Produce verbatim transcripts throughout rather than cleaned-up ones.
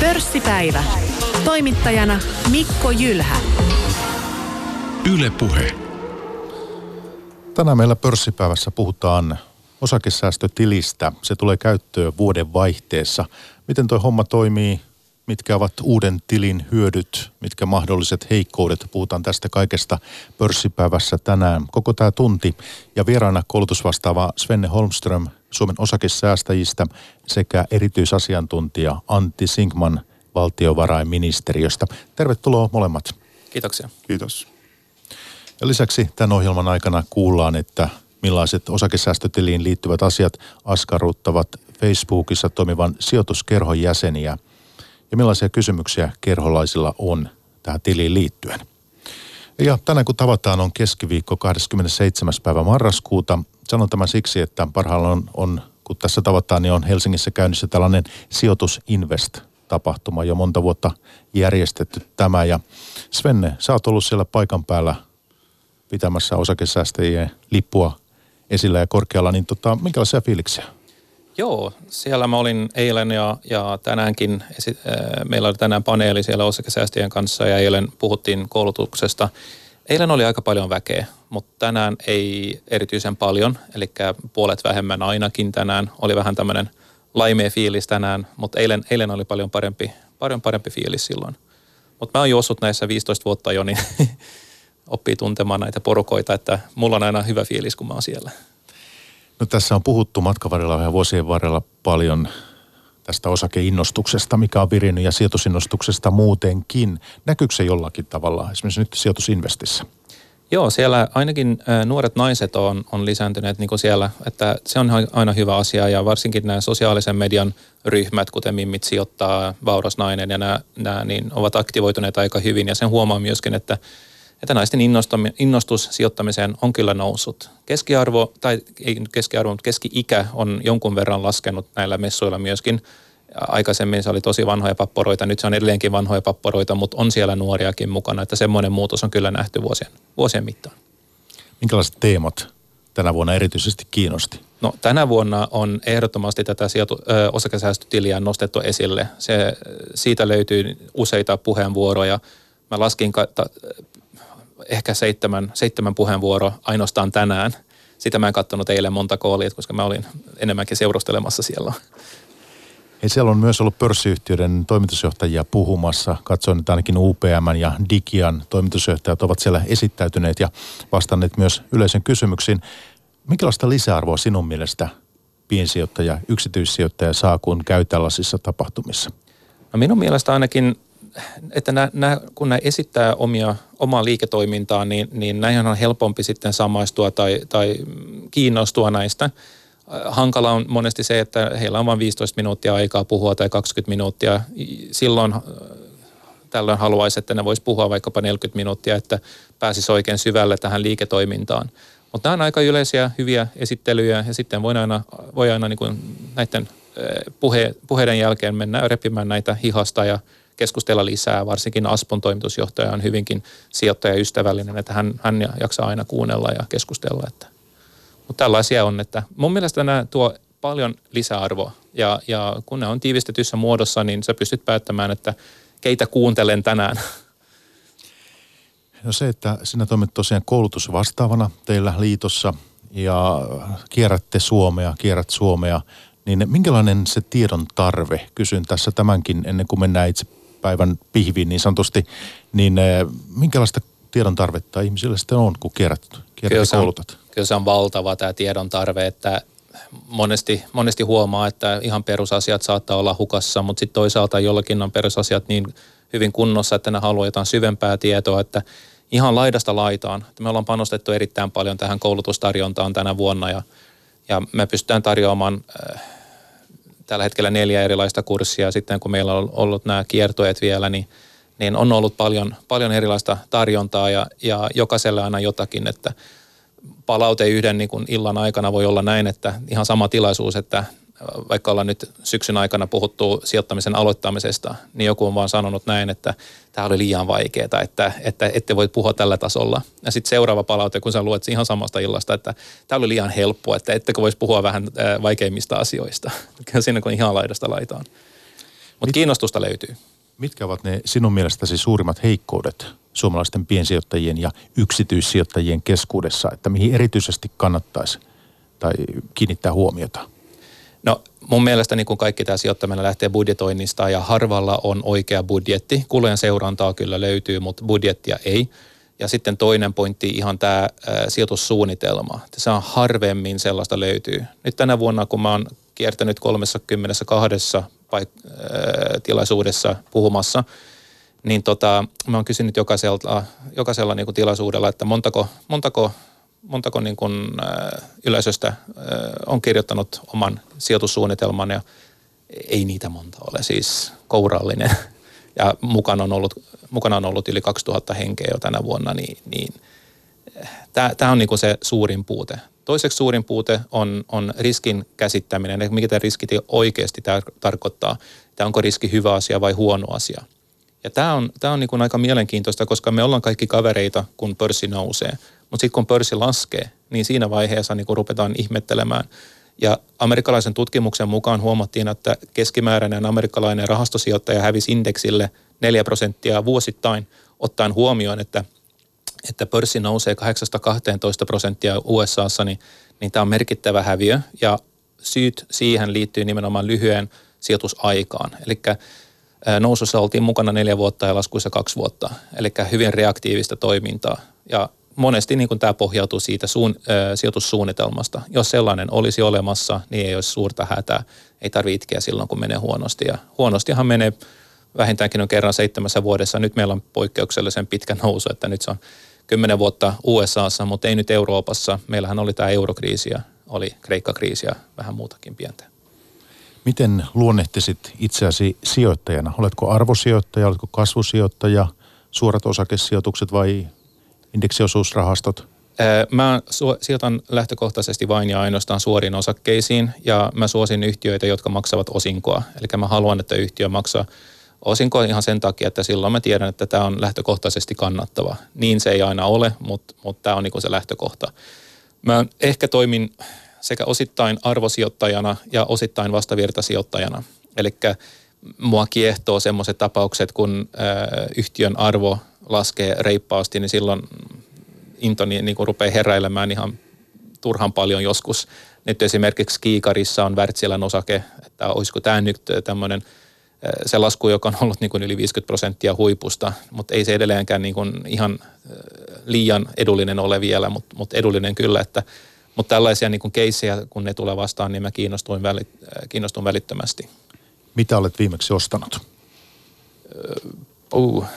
Pörssipäivä. Toimittajana Mikko Jylhä. Yle Puhe. Tänään meillä pörssipäivässä puhutaan osakesäästötilistä. Se tulee käyttöön vuoden vaihteessa. Miten tuo homma toimii? Mitkä ovat uuden tilin hyödyt? Mitkä mahdolliset heikkoudet? Puhutaan tästä kaikesta pörssipäivässä tänään koko tämä tunti. Ja vieraana koulutusvastaava Svenne Holmström Suomen osakesäästäjistä sekä erityisasiantuntija Antti Sinkman valtiovarainministeriöstä. Tervetuloa molemmat. Kiitoksia. Kiitos. Ja lisäksi tämän ohjelman aikana kuullaan, että millaiset osakesäästötiliin liittyvät asiat askarruttavat Facebookissa toimivan sijoituskerhon jäseniä ja millaisia kysymyksiä kerholaisilla on tähän tiliin liittyen. Ja tänään kun tavataan on keskiviikko kahdeskymmenesseitsemäs päivä marraskuuta. Sanon tämän siksi, että parhaillaan on, on kun tässä tavataan, niin on Helsingissä käynnissä tällainen Sijoitusinvest-tapahtuma. Jo monta vuotta järjestetty tämä. Ja Svenne, sä oot ollut siellä paikan päällä pitämässä osakesäästäjien lippua esillä ja korkealla, niin tota, minkälaisia fiiliksiä? Joo, siellä mä olin eilen ja, ja tänäänkin, esi- äh, meillä oli tänään paneeli siellä osakesäästäjien kanssa ja eilen puhuttiin koulutuksesta. Eilen oli aika paljon väkeä, mutta tänään ei erityisen paljon, eli puolet vähemmän ainakin tänään. Oli vähän tämmöinen laimea fiilis tänään, mutta eilen, eilen oli paljon parempi, paljon parempi fiilis silloin. Mutta mä oon juossut näissä viisitoista vuotta jo, niin oppii tuntemaan näitä porukoita, että mulla on aina hyvä fiilis, kun mä oon siellä. No tässä on puhuttu matkan varrella ja vuosien varrella paljon tästä osakeinnostuksesta, mikä on virinnyt ja sijoitusinnostuksesta muutenkin. Näkyykö se jollakin tavalla esimerkiksi nyt sijoitusinvestissä? Joo, siellä ainakin nuoret naiset on, on lisääntyneet niin kuin siellä, että se on aina hyvä asia ja varsinkin nämä sosiaalisen median ryhmät, kuten Mimmit sijoittaa, Vauras nainen ja nämä, nämä niin ovat aktivoituneet aika hyvin ja sen huomaa myöskin, että että naisten innostus sijoittamiseen on kyllä noussut. Keskiarvo, tai ei nyt keskiarvo, mutta keski-ikä on jonkun verran laskenut näillä messuilla myöskin. Aikaisemmin se oli tosi vanhoja papporoita, nyt se on edelleenkin vanhoja papporoita, mutta on siellä nuoriakin mukana, että semmoinen muutos on kyllä nähty vuosien, vuosien mittaan. Minkälaiset teemat tänä vuonna erityisesti kiinnosti? No tänä vuonna on ehdottomasti tätä sijoitu, ö, osakesäästötiliä nostettu esille. Se, siitä löytyy useita puheenvuoroja. Mä laskin ka- ta- ehkä seitsemän, seitsemän puheenvuoroa ainoastaan tänään. Sitä mä en katsonut eilen monta koolia, koska mä olin enemmänkin seurustelemassa siellä. Hei, siellä on myös ollut pörssiyhtiöiden toimitusjohtajia puhumassa. Katsoin, että ainakin U P M ja Digian toimitusjohtajat ovat siellä esittäytyneet ja vastanneet myös yleisön kysymyksiin. Minkälaista lisäarvoa sinun mielestä piensijoittaja, yksityissijoittaja saa, kun käy tällaisissa tapahtumissa? No minun mielestä ainakin, että nää, nää, kun ne esittää omia, omaa liiketoimintaa, niin, niin näihin on helpompi sitten samaistua tai, tai kiinnostua näistä. Hankala on monesti se, että heillä on vain viisitoista minuuttia aikaa puhua tai kaksikymmentä minuuttia. Silloin tällöin haluaisi, että ne voisi puhua vaikkapa neljäkymmentä minuuttia, että pääsisi oikein syvälle tähän liiketoimintaan. Mutta nämä on aika yleisiä, hyviä esittelyjä ja sitten voi aina, voi aina niin kuin näiden puhe, puheiden jälkeen mennä repimään näitä hihasta ja keskustella lisää. Varsinkin Aspon toimitusjohtaja on hyvinkin sijoittajaystävällinen, että hän, hän jaksaa aina kuunnella ja keskustella. Että. Mutta tällaisia on, että mun mielestä nämä tuo paljon lisäarvoa ja, ja kun ne on tiivistetyssä muodossa, niin sä pystyt päättämään, että keitä kuuntelen tänään. No se, että sinä toimit tosiaan koulutusvastaavana teillä liitossa ja kierrätte Suomea, kierrät Suomea, niin minkälainen se tiedon tarve, kysyn tässä tämänkin ennen kuin mennään itse päivän pihviin niin sanotusti, niin minkälaista tiedon tarvetta ihmisille sitten on, kun kierrät, kierrät ja koulutat? Kyllä se on valtava tämä tiedon tarve, että monesti, monesti huomaa, että ihan perusasiat saattaa olla hukassa, mutta sitten toisaalta jollakin on perusasiat niin hyvin kunnossa, että ne haluaa jotain syvempää tietoa, että ihan laidasta laitaan. Me ollaan panostettu erittäin paljon tähän koulutustarjontaan tänä vuonna ja, ja me pystytään tarjoamaan äh, tällä hetkellä neljä erilaista kurssia. Sitten kun meillä on ollut nämä kiertueet vielä, niin, niin on ollut paljon, paljon erilaista tarjontaa ja, ja jokaiselle aina jotakin, että palaute yhden niin kuin illan aikana voi olla näin, että ihan sama tilaisuus, että vaikka ollaan nyt syksyn aikana puhuttu sijoittamisen aloittamisesta, niin joku on vaan sanonut näin, että tämä oli liian vaikeaa, että, että ette voi puhua tällä tasolla. Ja sitten seuraava palaute, kun sä luet ihan samasta illasta, että tämä oli liian helppoa, että ettekö voisi puhua vähän vaikeimmista asioista. Siinä kun ihan laidasta laitaan. Mutta kiinnostusta löytyy. Mitkä ovat ne sinun mielestäsi suurimmat heikkoudet suomalaisten piensijoittajien ja yksityissijoittajien keskuudessa, että mihin erityisesti kannattaisi tai kiinnittää huomiota? No mun mielestä niin kuin kaikki tämä sijoittaminen lähtee budjetoinnista ja harvalla on oikea budjetti. Kulujen seurantaa kyllä löytyy, mutta budjettia ei. Ja sitten toinen pointti ihan tämä ä, sijoitussuunnitelma. Se on harvemmin sellaista löytyy. Nyt tänä vuonna, kun mä oon kiertänyt kolmekymmentäkaksi paik- ä, tilaisuudessa puhumassa, niin tota, mä oon kysynyt jokaiselta, jokaisella niin kuin tilaisuudella, että montako, montako, montako niin kuin, ä, yleisöstä ä, on kirjoittanut oman sijoitussuunnitelman ja ei niitä monta ole, siis kourallinen. Ja mukana on ollut, mukana on ollut yli kaksituhatta henkeä jo tänä vuonna, niin, niin tämä on niinku se suurin puute. Toiseksi suurin puute on, on riskin käsittäminen, eli mikä tämä riski oikeasti tar- tarkoittaa. Tämä onko riski hyvä asia vai huono asia. Ja tämä on, tää on niinku aika mielenkiintoista, koska me ollaan kaikki kavereita, kun pörssi nousee. Mutta sitten kun pörssi laskee, niin siinä vaiheessa niinku rupetaan ihmettelemään. Ja amerikkalaisen tutkimuksen mukaan huomattiin, että keskimääräinen amerikkalainen rahastosijoittaja hävisi indeksille neljä prosenttia vuosittain, ottaen huomioon, että, että pörssi nousee kahdeksasta kahteentoista prosenttia U S A:ssa, niin, niin tämä on merkittävä häviö. Ja syyt siihen liittyy nimenomaan lyhyen sijoitusaikaan. Eli nousussa oltiin mukana neljä vuotta ja laskuissa kaksi vuotta. Eli hyvin reaktiivista toimintaa. Ja monesti niin kuin tämä pohjautuu siitä suun, ö, sijoitussuunnitelmasta. Jos sellainen olisi olemassa, niin ei olisi suurta hätää. Ei tarvitse itkeä silloin, kun menee huonosti. Ja huonostihan menee vähintäänkin on kerran seitsemässä vuodessa. Nyt meillä on poikkeuksellisen pitkä nousu, että nyt se on kymmenen vuotta U S A:ssa, mutta ei nyt Euroopassa. Meillähän oli tämä eurokriisi ja oli Kreikka-kriisi ja vähän muutakin pientä. Miten luonnehtisit itseäsi sijoittajana? Oletko arvosijoittaja, oletko kasvusijoittaja, suorat osakesijoitukset vai indeksiosuusrahastot? Mä sijoitan lähtökohtaisesti vain ja ainoastaan suoriin osakkeisiin ja mä suosin yhtiöitä, jotka maksavat osinkoa. Eli mä haluan, että yhtiö maksaa osinkoa ihan sen takia, että silloin mä tiedän, että tämä on lähtökohtaisesti kannattava. Niin se ei aina ole, mutta, mutta tämä on niin kuin se lähtökohta. Mä ehkä toimin sekä osittain arvosijoittajana ja osittain vastavirtasijoittajana. Eli mua kiehtoo semmoiset tapaukset, kun ä, yhtiön arvo laskee reippaasti, niin silloin into niin, niin kuin rupeaa heräilemään ihan turhan paljon joskus. Nyt esimerkiksi Kiikarissa on Wärtsilän osake, että olisiko tämä nyt tämmöinen se lasku, joka on ollut niin kuin yli viisikymmentä prosenttia huipusta, mutta ei se edelleenkään niin kuin ihan liian edullinen ole vielä, mutta, mutta edullinen kyllä, että mutta tällaisia niin kuin keissejä, kun ne tulee vastaan, niin mä kiinnostuin, välit, kiinnostun välittömästi. Mitä olet viimeksi ostanut? Uh.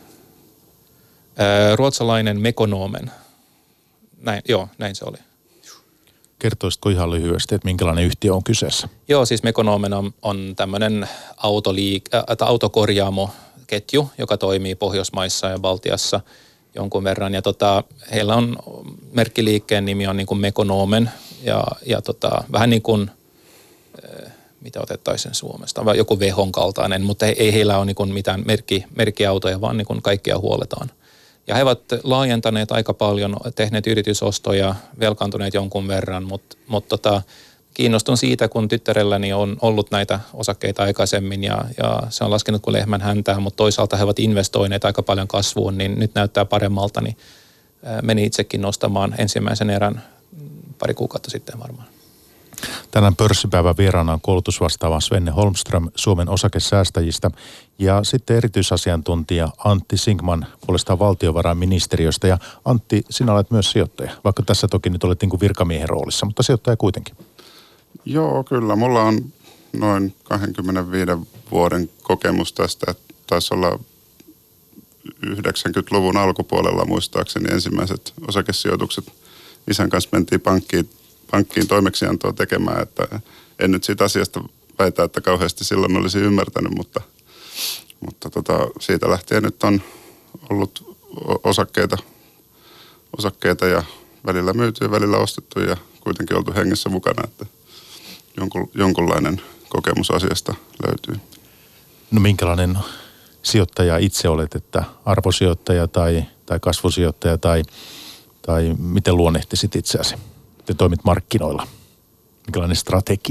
Ruotsalainen Mekonomen. Näin, joo, näin se oli. Kertoisitko ihan lyhyesti, että minkälainen yhtiö on kyseessä? Joo, siis Mekonomen on, on tämmöinen autoliik- äh, autokorjaamoketju, joka toimii Pohjoismaissa ja Baltiassa jonkun verran. Ja tota, heillä on merkkiliikkeen nimi on niin kuin Mekonomen ja, ja tota, vähän niin kuin, äh, mitä otettaisiin Suomesta, joku Vehon kaltainen, mutta ei, ei heillä ole niin kuin mitään merkki, merkkiautoja, vaan niin kuin kaikkia huoletaan. Ja he ovat laajentaneet aika paljon, tehneet yritysostoja, velkaantuneet jonkun verran, mutta, mutta tota, kiinnostun siitä, kun tyttärelläni on ollut näitä osakkeita aikaisemmin ja, ja se on laskenut kuin lehmän häntää, mutta toisaalta he ovat investoineet aika paljon kasvuun, niin nyt näyttää paremmalta, niin meni itsekin nostamaan ensimmäisen erän pari kuukautta sitten varmaan. Tänään pörssipäivän vieraana on koulutusvastaava Svenne Holmström Suomen osakesäästäjistä ja sitten erityisasiantuntija Antti Singman puolestaan valtiovarainministeriöstä. Ja Antti, sinä olet myös sijoittaja, vaikka tässä toki nyt olet niin kuin virkamiehen roolissa, mutta sijoittaja kuitenkin. Joo, kyllä. Mulla on noin kaksikymmentäviisi vuoden kokemus tästä. Taisi olla yhdeksänkymmentäluvun alkupuolella muistaakseni ensimmäiset osakesijoitukset. Isän kanssa mentiin pankkiin. pankkiin toimeksiantoa tekemään, että en nyt siitä asiasta väitä, että kauheasti silloin olisi ymmärtänyt, mutta, mutta tota, siitä lähtien nyt on ollut osakkeita, osakkeita ja välillä myyty ja välillä ostettu ja kuitenkin oltu hengessä mukana, että jonkun, jonkunlainen kokemus asiasta löytyy. No minkälainen sijoittaja itse olet, että arvosijoittaja tai, tai kasvusijoittaja tai, tai miten luonnehtisit itseäsi? Te toimit markkinoilla. Minkälainen strategia?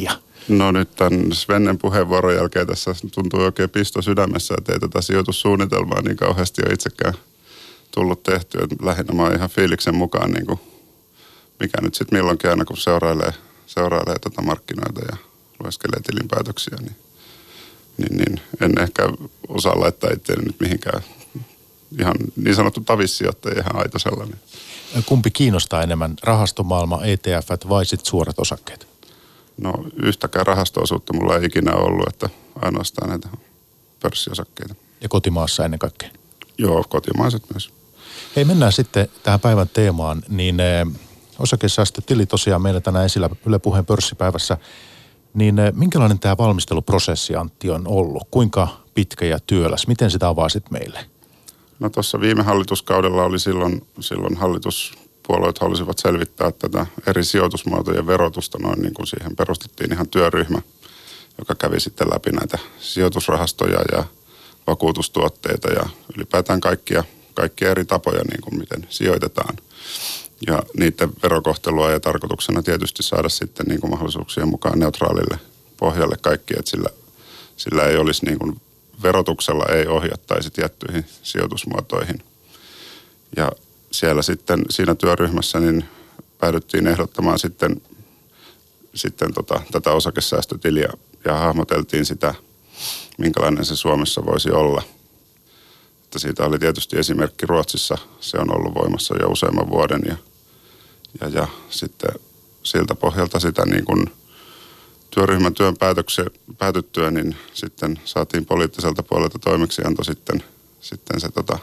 No nyt tämän Svennen puheenvuoron jälkeen tässä tuntuu oikein pisto sydämessä, että ei tätä sijoitussuunnitelmaa niin kauheasti ole itsekään tullut tehtyä. Lähinnä mä oon ihan fiiliksen mukaan, niin kuin, mikä nyt sitten milloinkin aina kun seurailee, seurailee tätä markkinoita ja lueskelee tilinpäätöksiä, niin, niin, niin en ehkä osaa laittaa itseäni nyt mihinkään ihan niin sanottu tavissijoittaja, ihan aito sellainen. Kumpi kiinnostaa enemmän, rahastomaailma, E T F vai sitten suorat osakkeet? No yhtäkään rahasto-osuutta mulla ei ikinä ollut, että ainoastaan näitä pörssiosakkeita. Ja kotimaassa ennen kaikkea? Joo, kotimaiset myös. Hei, mennään sitten tähän päivän teemaan, niin eh, osakesäästötili tosiaan meillä tänään esillä Yle Puheen pörssipäivässä, niin eh, minkälainen tämä valmisteluprosessi, Antti, on ollut? Kuinka pitkä ja työläs? Miten sitä avasit meille? No tuossa viime hallituskaudella oli silloin, silloin hallituspuolueet halusivat selvittää tätä eri sijoitusmuotojen verotusta, noin niin kuin siihen perustettiin ihan työryhmä, joka kävi sitten läpi näitä sijoitusrahastoja ja vakuutustuotteita ja ylipäätään kaikkia, kaikkia eri tapoja, niin kuin miten sijoitetaan. Ja niiden verokohtelua ja tarkoituksena tietysti saada sitten niin kuin mahdollisuuksien mukaan neutraalille pohjalle kaikki, että sillä, sillä ei olisi niin kuin verotuksella ei ohjattaisi tiettyihin sijoitusmuotoihin. Ja siellä sitten siinä työryhmässä niin päädyttiin ehdottamaan sitten, sitten tota, tätä osakesäästötiliä ja hahmoteltiin sitä, minkälainen se Suomessa voisi olla. Että siitä oli tietysti esimerkki Ruotsissa, se on ollut voimassa jo useamman vuoden ja, ja, ja sitten siltä pohjalta sitä niin kuin työryhmän työn päätöksen päätyttyä, niin sitten saatiin poliittiselta puolelta toimeksianto sitten, sitten se, tota,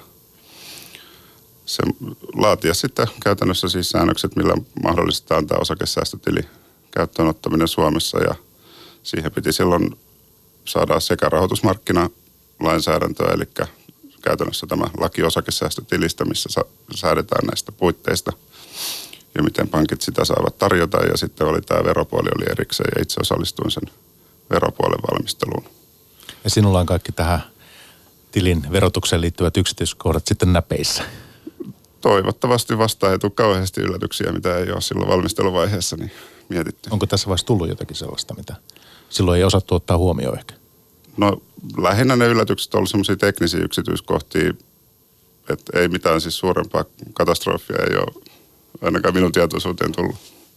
se laatia sitten käytännössä siis säännökset, millä mahdollistetaan tämä osakesäästötili käyttöönottaminen Suomessa ja siihen piti silloin saada sekä rahoitusmarkkinalainsäädäntöä, eli käytännössä tämä laki osakesäästötilistä, missä säädetään näistä puitteista ja miten pankit sitä saavat tarjota. Ja sitten oli tämä veropuoli oli erikseen ja itse osallistuin sen veropuolen valmisteluun. Ja sinulla on kaikki tähän tilin verotukseen liittyvät yksityiskohdat sitten näpeissä. Toivottavasti vastaan ei tule kauheasti yllätyksiä, mitä ei ole silloin valmisteluvaiheessa niin mietitty. Onko tässä vaiheessa tullut jotakin sellaista, mitä silloin ei osattu ottaa huomioon ehkä? No lähinnä ne yllätykset on ollut sellaisia teknisiä yksityiskohtia, että ei mitään siis suurempaa katastrofia ei ole ainakaan minun tietoisuuteen tullut.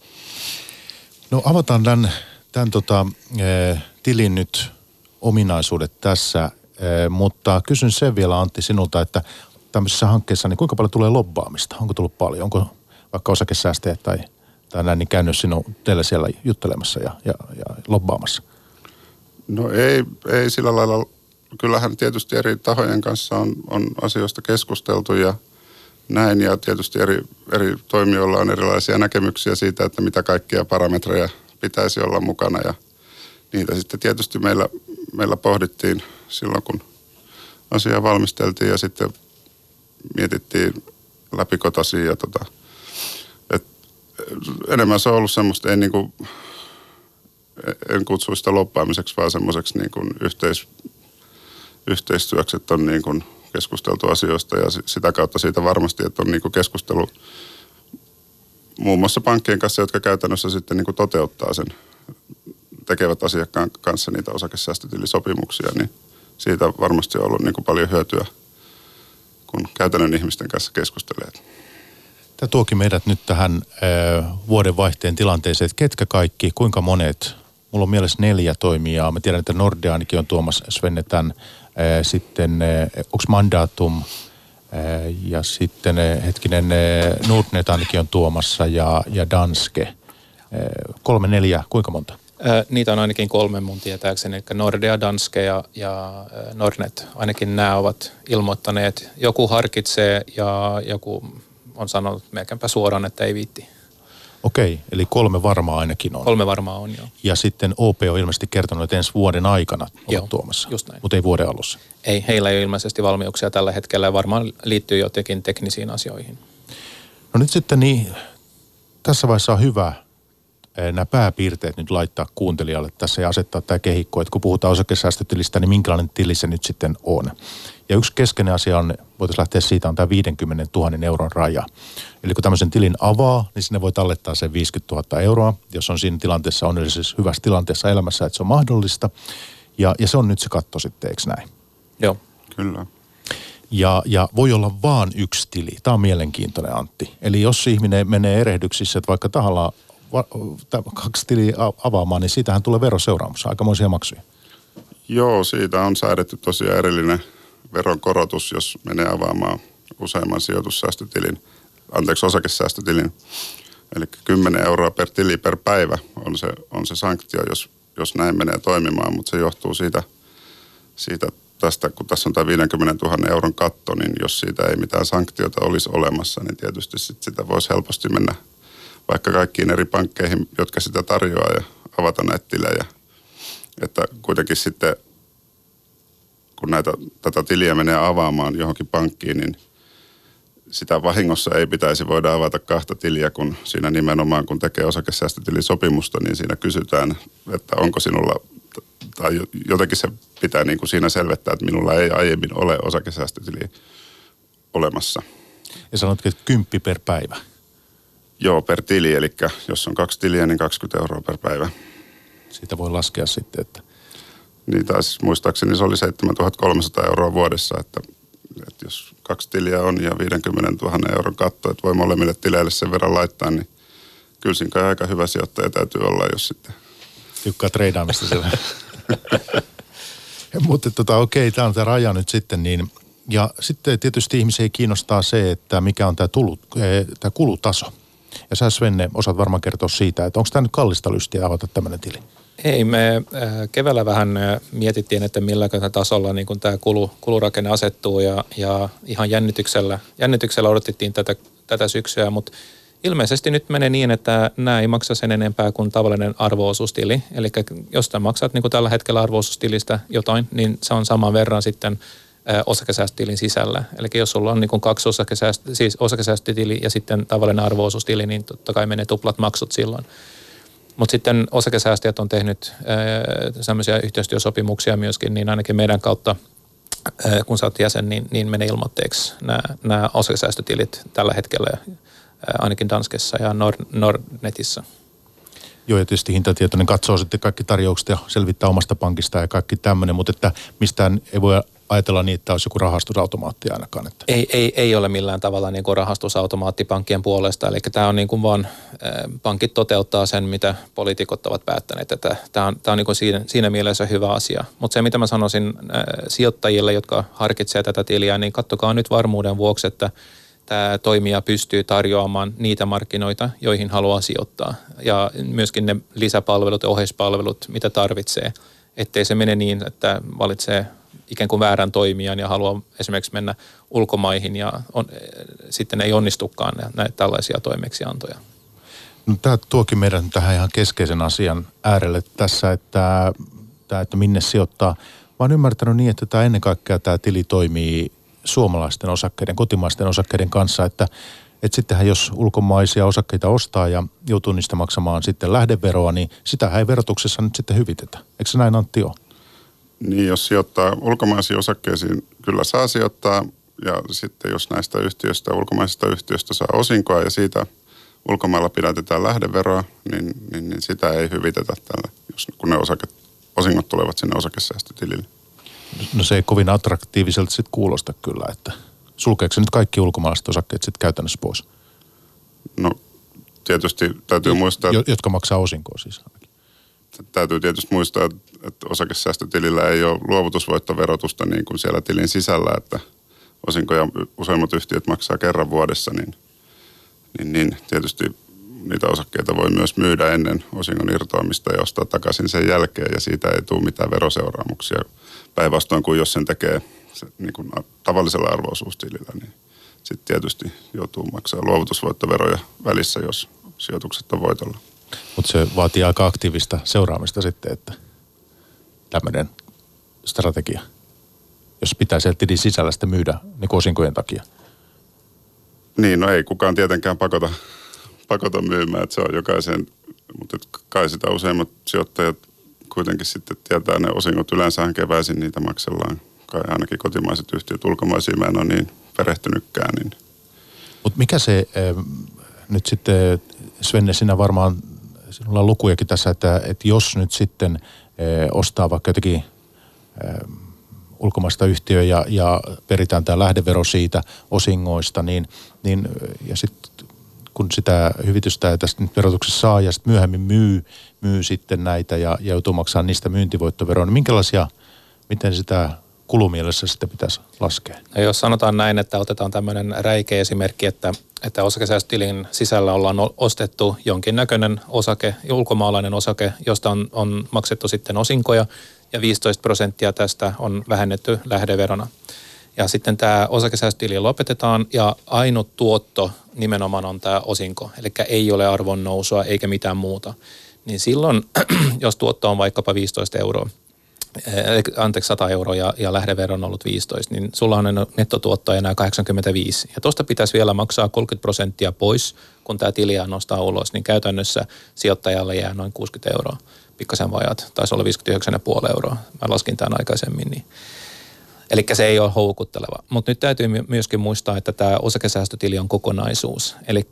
No avataan tämän, tämän tota, e, tilin nyt ominaisuudet tässä, e, mutta kysyn sen vielä Antti sinulta, että tämmöisessä hankkeessa, niin kuinka paljon tulee lobbaamista? Onko tullut paljon? Onko vaikka osakesäästäjät tai, tai näin niin käynyt sinun teille siellä juttelemassa ja, ja, ja lobbaamassa? No ei, ei sillä lailla. Kyllähän tietysti eri tahojen kanssa on, on asioista keskusteltu ja näin. Ja tietysti eri, eri toimijoilla on erilaisia näkemyksiä siitä, että mitä kaikkia parametreja pitäisi olla mukana. Ja niitä sitten tietysti meillä, meillä pohdittiin silloin, kun asiaa valmisteltiin ja sitten mietittiin läpikotaisia. Ja tota, et enemmän se on ollut semmoista, en, niin kuin, en kutsu sitä lobbaamiseksi, vaan semmoiseksi niin kuin yhteis, yhteistyöksi, että on niin kuin keskusteltu asioista ja sitä kautta siitä varmasti, että on niin kuin keskustelu muun muassa pankkien kanssa, jotka käytännössä sitten niin kuin toteuttaa sen, tekevät asiakkaan kanssa niitä osakesäästötilisopimuksia, niin siitä varmasti on ollut niin kuin paljon hyötyä, kun käytännön ihmisten kanssa keskustelee. Tämä tuokin meidät nyt tähän äh, vuodenvaihteen tilanteeseen, että ketkä kaikki, kuinka monet, mulla on mielessä neljä toimijaa, mä tiedän, että Nordea ainakin on tuomassa Svenne tämän, äh, sitten äh, onko Mandatum äh, ja sitten äh, hetkinen äh, Nordnet ainakin on tuomassa ja, ja Danske, äh, kolme, neljä, kuinka monta? Niitä on ainakin kolme mun tietääkseni, eli Nordea, Danske ja, ja Nordnet. Ainakin nämä ovat ilmoittaneet. Joku harkitsee ja joku on sanonut melkeinpä suoraan, että ei viitti. Okei, eli kolme varmaa ainakin on. Kolme varmaa on, joo. Ja sitten O P on ilmeisesti kertonut, että ensi vuoden aikana joo, ovat tuomassa. Just näin. Mutta ei vuoden alussa. Ei, heillä ei ole ilmeisesti valmiuksia tällä hetkellä ja varmaan liittyy jotenkin teknisiin asioihin. No nyt sitten niin, tässä vaiheessa on hyvä nämä pääpiirteet nyt laittaa kuuntelijalle tässä ja asettaa tämä kehikko, että kun puhutaan osakesäästötilistä, niin minkälainen tili se nyt sitten on. Ja yksi keskeinen asia on, voitaisiin lähteä siitä, on tämä viisikymmentätuhatta euron raja. Eli kun tämmöisen tilin avaa, niin sinne voi tallettaa sen viisikymmentätuhatta euroa, jos on siinä tilanteessa, onnellisessa hyvässä tilanteessa elämässä, että se on mahdollista. Ja, ja se on nyt se katto sitten, eikö näin? Joo. Kyllä. Ja, ja voi olla vaan yksi tili. Tämä on mielenkiintoinen, Antti. Eli jos ihminen menee erehdyksissä, että vaikka tahallaan kaksi tiliä avaamaan, niin siitähän tulee veroseuraamus, aikamoisia maksuja. Joo, siitä on säädetty tosiaan erillinen veronkorotus, jos menee avaamaan useamman sijoitussäästötilin, anteeksi osakesäästötilin. Eli kymmenen euroa per tili per päivä on se, on se sanktio, jos, jos näin menee toimimaan, mutta se johtuu siitä, siitä tästä, kun tässä on tämä viisikymmentätuhatta euron katto, niin jos siitä ei mitään sanktiota olisi olemassa, niin tietysti sit sitä voisi helposti mennä vaikka kaikkiin eri pankkeihin, jotka sitä tarjoaa ja avata näitä tilejä. Että kuitenkin sitten, kun näitä, tätä tiliä menee avaamaan johonkin pankkiin, niin sitä vahingossa ei pitäisi voida avata kahta tiliä, kun siinä nimenomaan, kun tekee osakesäästötilisopimusta, niin siinä kysytään, että onko sinulla, tai jotenkin se pitää niin kuin siinä selvittää, että minulla ei aiemmin ole osakesäästötiliä olemassa. Ja sanotkin, että kymppi per päivä. Joo, per tili, eli jos on kaksi tiliä, niin kaksikymmentä euroa per päivä. Siitä voi laskea sitten, että... Niin taas muistaakseni se oli seitsemäntuhatta kolmesataa euroa vuodessa, että, että jos kaksi tiliä on ja viisikymmentätuhatta euron katto, että voi molemmille tileille sen verran laittaa, niin kyllä siinä kai aika hyvä sijoittaja täytyy olla, jos sitten... Tykkää treidaamista siellä. Mutta tota, okei, tämä on tämä raja nyt sitten, niin... Ja sitten tietysti ihmisiä kiinnostaa se, että mikä on tämä, tulu, tämä kulutaso. Ja sä, Svenne, osaat varmaan kertoa siitä, että onko tämä nyt kallista lystiä avata tämmöinen tili? Ei, me keväällä vähän mietittiin, että millä tasolla niin kun tämä kulu, kulurakenne asettuu ja, ja ihan jännityksellä, jännityksellä odotettiin tätä, tätä syksyä, mutta ilmeisesti nyt menee niin, että nämä ei maksa sen enempää kuin tavallinen arvo-osuustili. Eli jos sä maksat niin kuin tällä hetkellä arvo-osuustilistä jotain, niin se on saman verran sitten osakesäästötilin sisällä. Eli jos sulla on niin kuin kaksi osakesäästö, siis osakesäästötili ja sitten tavallinen arvo-osuustili, niin totta kai menee tuplat maksut silloin. Mutta sitten osakesäästäjät on tehnyt sellaisia yhteistyösopimuksia myöskin, niin ainakin meidän kautta, ää, kun sä oot jäsen, niin, niin menee ilmoitteeksi nämä, nämä osakesäästötilit tällä hetkellä, ää, ainakin Danskessa ja Nord, Nordnetissä. Joo, ja tietysti hintatietoinen katsoo sitten kaikki tarjoukset ja selvittää omasta pankista ja kaikki tämmöinen, mutta että mistään ei voi ajatella niin, että olisi joku rahastusautomaatti ainakaan. Että. Ei, ei, ei ole millään tavalla niin kuin rahastusautomaatti pankkien puolesta, eli tämä on niin kuin vaan, pankit toteuttaa sen, mitä poliitikot ovat päättäneet. Että tämä on, tämä on niin kuin siinä, siinä mielessä hyvä asia. Mutta se, mitä mä sanoisin sijoittajille, jotka harkitsevat tätä tiliä, niin katsokaa nyt varmuuden vuoksi, että tämä toimija pystyy tarjoamaan niitä markkinoita, joihin haluaa sijoittaa. Ja myöskin ne lisäpalvelut ja oheispalvelut, mitä tarvitsee. Ettei se mene niin, että valitsee ikään kuin väärän toimijan ja haluaa esimerkiksi mennä ulkomaihin ja on, sitten ei onnistukaan näitä tällaisia toimeksiantoja. No, tämä tuokin meidän tähän ihan keskeisen asian äärelle tässä, että, tämä, että minne sijoittaa. Mä oon ymmärtänyt niin, että tämä ennen kaikkea tämä tili toimii suomalaisten osakkeiden, kotimaisten osakkeiden kanssa, että, että sittenhän jos ulkomaisia osakkeita ostaa ja joutuu niistä maksamaan sitten lähdeveroa, niin sitähän ei verotuksessa nyt sitten hyvitetä. Eikö se näin, Antti, ole? Niin, jos sijoittaa ulkomaisiin osakkeisiin, kyllä saa sijoittaa. Ja sitten jos näistä yhtiöistä, ulkomaisista yhtiöistä saa osinkoa ja siitä ulkomailla pidätetään lähdeveroa, niin, niin, niin sitä ei hyvitetä tällä, jos, kun ne osake, osingot tulevat sinne osakesäästötilille. No se ei kovin attraktiiviselta sitten kuulosta kyllä, että sulkeeko se nyt kaikki ulkomaalaiset osakkeet sitten käytännössä pois? No tietysti täytyy muistaa... Jotka maksaa osinkoa siis. Täytyy tietysti muistaa, että osakesäästötilillä ei ole luovutusvoittoverotusta niin kuin siellä tilin sisällä, että osinkoja useimmat yhtiöt maksaa kerran vuodessa, niin, niin, niin tietysti niitä osakkeita voi myös myydä ennen osingon irtoamista ja ostaa takaisin sen jälkeen ja siitä ei tule mitään veroseuraamuksia. Päinvastoin kuin jos sen tekee se, niin kuin tavallisella arvo-osuustilillä, niin sitten tietysti joutuu maksaa luovutusvoittoveroja välissä, jos sijoitukset on voitolla. Mutta se vaatii aika aktiivista seuraamista sitten, että tämmöinen strategia, jos pitää sieltä tilin sisällä sitten myydä niin osinkojen takia. Niin, no ei kukaan tietenkään pakota, pakota myymään, että se on jokaisen mutta kai sitä useimmat sijoittajat kuitenkin sitten tietää ne osingot. Yleensähän keväisin niitä maksellaan. Kai ainakin kotimaiset yhtiöt, ulkomaisia mä en ole niin perehtynytkään. Niin. Mutta mikä se äh, nyt sitten, Svenne, sinä varmaan, sinulla on lukujakin tässä, että, että jos nyt sitten äh, ostaa vaikka jotenkin äh, ulkomaista yhtiöä ja, ja peritään tämä lähdevero siitä osingoista, niin, niin ja sitten kun sitä hyvitystä ei tästä nyt verotuksessa saa ja sitten myöhemmin myy, myy sitten näitä ja, ja joutuu maksamaan niistä myyntivoittoveroa, niin minkälaisia, miten sitä kulumielessä sitten pitäisi laskea? No jos sanotaan näin, että otetaan tämmöinen räikeä esimerkki, että, että osakesäästötilin sisällä ollaan ostettu jonkinnäköinen osake, ulkomaalainen osake, josta on, on maksettu sitten osinkoja ja viisitoista prosenttia tästä on vähennetty lähdeverona. Ja sitten tämä osakesäästötili lopetetaan ja ainut tuotto nimenomaan on tämä osinko, eli ei ole arvon nousua eikä mitään muuta. Niin silloin, jos tuotto on vaikkapa viisitoista euroa, anteeksi sata euroa ja, ja lähdevero on ollut viisitoista, niin sulla on nettotuotto enää kahdeksankymmentäviisi. Ja tuosta pitäisi vielä maksaa kolmekymmentä prosenttia pois, kun tämä tiliä nostaa ulos, niin käytännössä sijoittajalle jää noin kuusikymmentä euroa. Pikkasen vajaat, taisi olla viisikymmentäyhdeksän pilkku viisi euroa. Mä laskin tämän aikaisemmin, niin eli se ei ole houkutteleva. Mutta nyt täytyy myöskin muistaa, että tämä osakesäästötili on kokonaisuus. Eli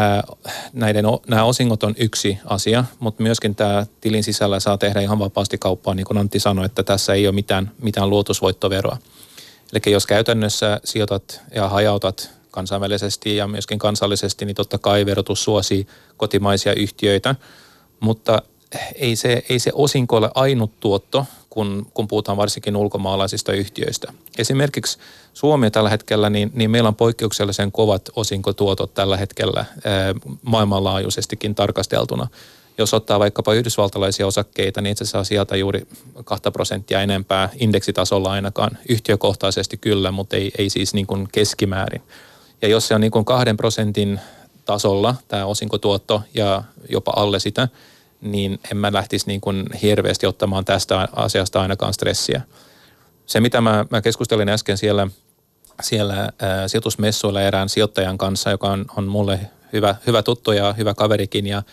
näiden, nämä osingot on yksi asia, mutta myöskin tämä tilin sisällä saa tehdä ihan vapaasti kauppaa, niin kuin Antti sanoi, että tässä ei ole mitään, mitään luotusvoittoveroa. Eli jos käytännössä sijoitat ja hajautat kansainvälisesti ja myöskin kansallisesti, niin totta kai verotus suosii kotimaisia yhtiöitä, mutta ei se, ei se osinko ole ainut tuotto, kun, kun puhutaan varsinkin ulkomaalaisista yhtiöistä. Esimerkiksi Suomi tällä hetkellä, niin, niin meillä on poikkeuksellisen kovat osinkotuotot tällä hetkellä ää, maailmanlaajuisestikin tarkasteltuna. Jos ottaa vaikkapa yhdysvaltalaisia osakkeita, niin itse saa sieltä juuri kahta prosenttia enempää indeksitasolla ainakaan. Yhtiökohtaisesti kyllä, mutta ei, ei siis niin kuin keskimäärin. Ja jos se on niin kuin kahden prosentin tasolla tämä osinkotuotto ja jopa alle sitä, niin en mä lähtisi niin kuin hirveästi ottamaan tästä asiasta ainakaan stressiä. Se, mitä mä, mä keskustelin äsken siellä, siellä ää, sijoitusmessuilla erään sijoittajan kanssa, joka on, on mulle hyvä, hyvä tuttu ja hyvä kaverikin, ja,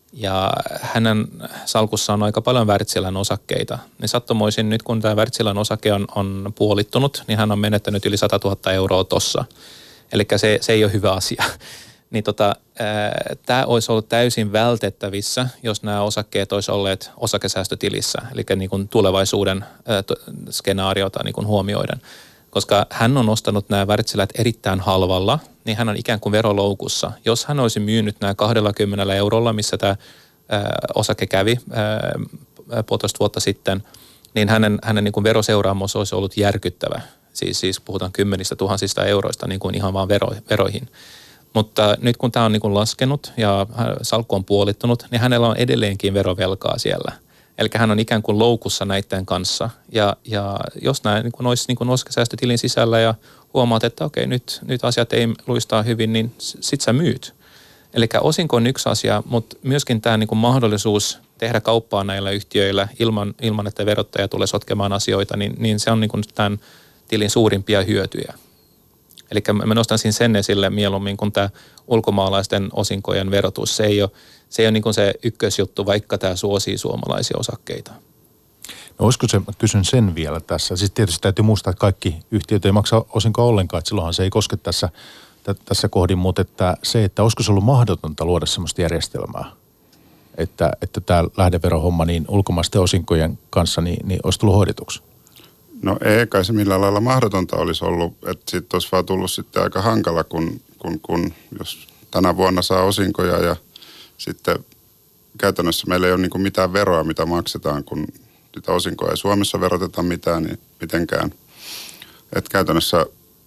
ja hänen salkussaan on aika paljon Wärtsilän osakkeita. Niin sattumoisin nyt, kun tämä Wärtsilän osake on, on puolittunut, niin hän on menettänyt yli sata tuhatta euroa tossa. Eli se, se ei ole hyvä asia. Niin tota, tämä olisi ollut täysin vältettävissä, jos nämä osakkeet olisi olleet osakesäästötilissä, eli niin kuin tulevaisuuden ää, to, skenaariota niin kuin huomioiden. Koska hän on ostanut nämä Wärtsilät erittäin halvalla, niin hän on ikään kuin veroloukussa. Jos hän olisi myynyt nämä kaksikymmentä eurolla, missä tämä ää, osake kävi ää, puolitoista vuotta sitten, niin hänen, hänen niin kuin veroseuraamus olisi ollut järkyttävä. Siis, siis puhutaan kymmenistä tuhansista euroista niin kuin ihan vaan vero, veroihin. Mutta nyt kun tämä on niin kuin laskenut ja salkku on puolittunut, niin hänellä on edelleenkin verovelkaa siellä. Eli hän on ikään kuin loukussa näiden kanssa. Ja, ja jos nämä niin kuin olisi niin kuin osakesäästötilin sisällä ja huomaat, että okei, nyt, nyt asiat ei luistaa hyvin, niin sit sä myyt. Eli osinko on yksi asia, mutta myöskin tämä niin kuin mahdollisuus tehdä kauppaa näillä yhtiöillä ilman, ilman että verottaja tulee sotkemaan asioita, niin, niin se on niin kuin tämän tilin suurimpia hyötyjä. Eli mä nostan siinä sen esille mieluummin, kun tämä ulkomaalaisten osinkojen verotus, se ei ole, se, ei ole niin kuin se ykkösjuttu, vaikka tämä suosii suomalaisia osakkeita. No olisiko se, mä kysyn sen vielä tässä. Siis tietysti täytyy muistaa, että kaikki yhtiöt ei maksa osinkoa ollenkaan, että silloinhan se ei koske tässä, t- tässä kohdin, mutta että se, että olisiko se ollut mahdotonta luoda sellaista järjestelmää, että, että tämä lähdeverohomma niin ulkomaisten osinkojen kanssa niin, niin olisi tullut hoidetuksi? No ei kai se millään lailla mahdotonta olisi ollut, että siitä olisi vaan tullut sitten aika hankala, kun, kun, kun jos tänä vuonna saa osinkoja ja sitten käytännössä meillä ei ole niin kuin mitään veroa, mitä maksetaan, kun sitä osinkoa ei Suomessa veroteta mitään, niin mitenkään. Että käytännössä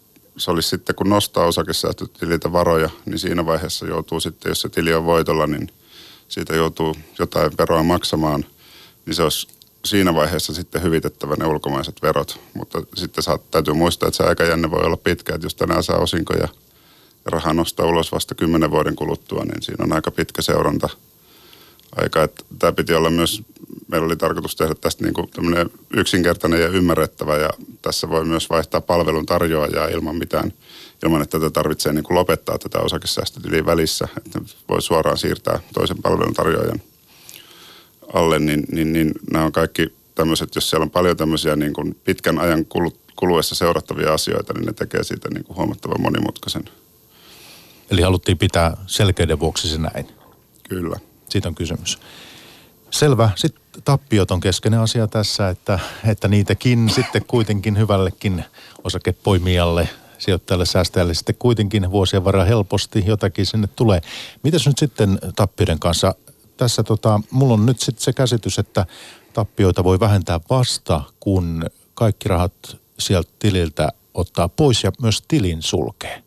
se olisi sitten, kun nostaa osakesäästötililtä varoja, niin siinä vaiheessa joutuu sitten, jos se tili on voitolla, niin siitä joutuu jotain veroa maksamaan, niin se olisi siinä vaiheessa sitten hyvitettävä ne ulkomaiset verot, mutta sitten saat, täytyy muistaa, että se aikajänne voi olla pitkä, että jos tänään saa osinkoja ja rahaa nostaa ulos vasta kymmenen vuoden kuluttua, niin siinä on aika pitkä seuranta aika. Että tämä piti olla myös, meillä oli tarkoitus tehdä tästä niin kuin tämmöinen yksinkertainen ja ymmärrettävä, ja tässä voi myös vaihtaa palvelun tarjoajaa ilman mitään, ilman että tätä tarvitsee niin kuin lopettaa tätä osakesäästötiliä välissä, että voi suoraan siirtää toisen palvelun tarjoajan alle, niin, niin, niin nämä on kaikki tämmöiset, jos siellä on paljon tämmöisiä niin kuin pitkän ajan kuluessa seurattavia asioita, niin ne tekee siitä niin kuin huomattavan monimutkaisen. Eli haluttiin pitää selkeyden vuoksi se näin. Kyllä. Siitä on kysymys. Selvä. Sitten tappiot on keskeinen asia tässä, että, että niitäkin sitten kuitenkin hyvällekin osakepoimijalle, sijoittajalle, säästäjälle sitten kuitenkin vuosien varrella helposti jotakin sinne tulee. Mitäs nyt sitten tappioiden kanssa? Tässä tota, mulla on nyt sitten se käsitys, että tappioita voi vähentää vasta, kun kaikki rahat sieltä tililtä ottaa pois ja myös tilin sulkee.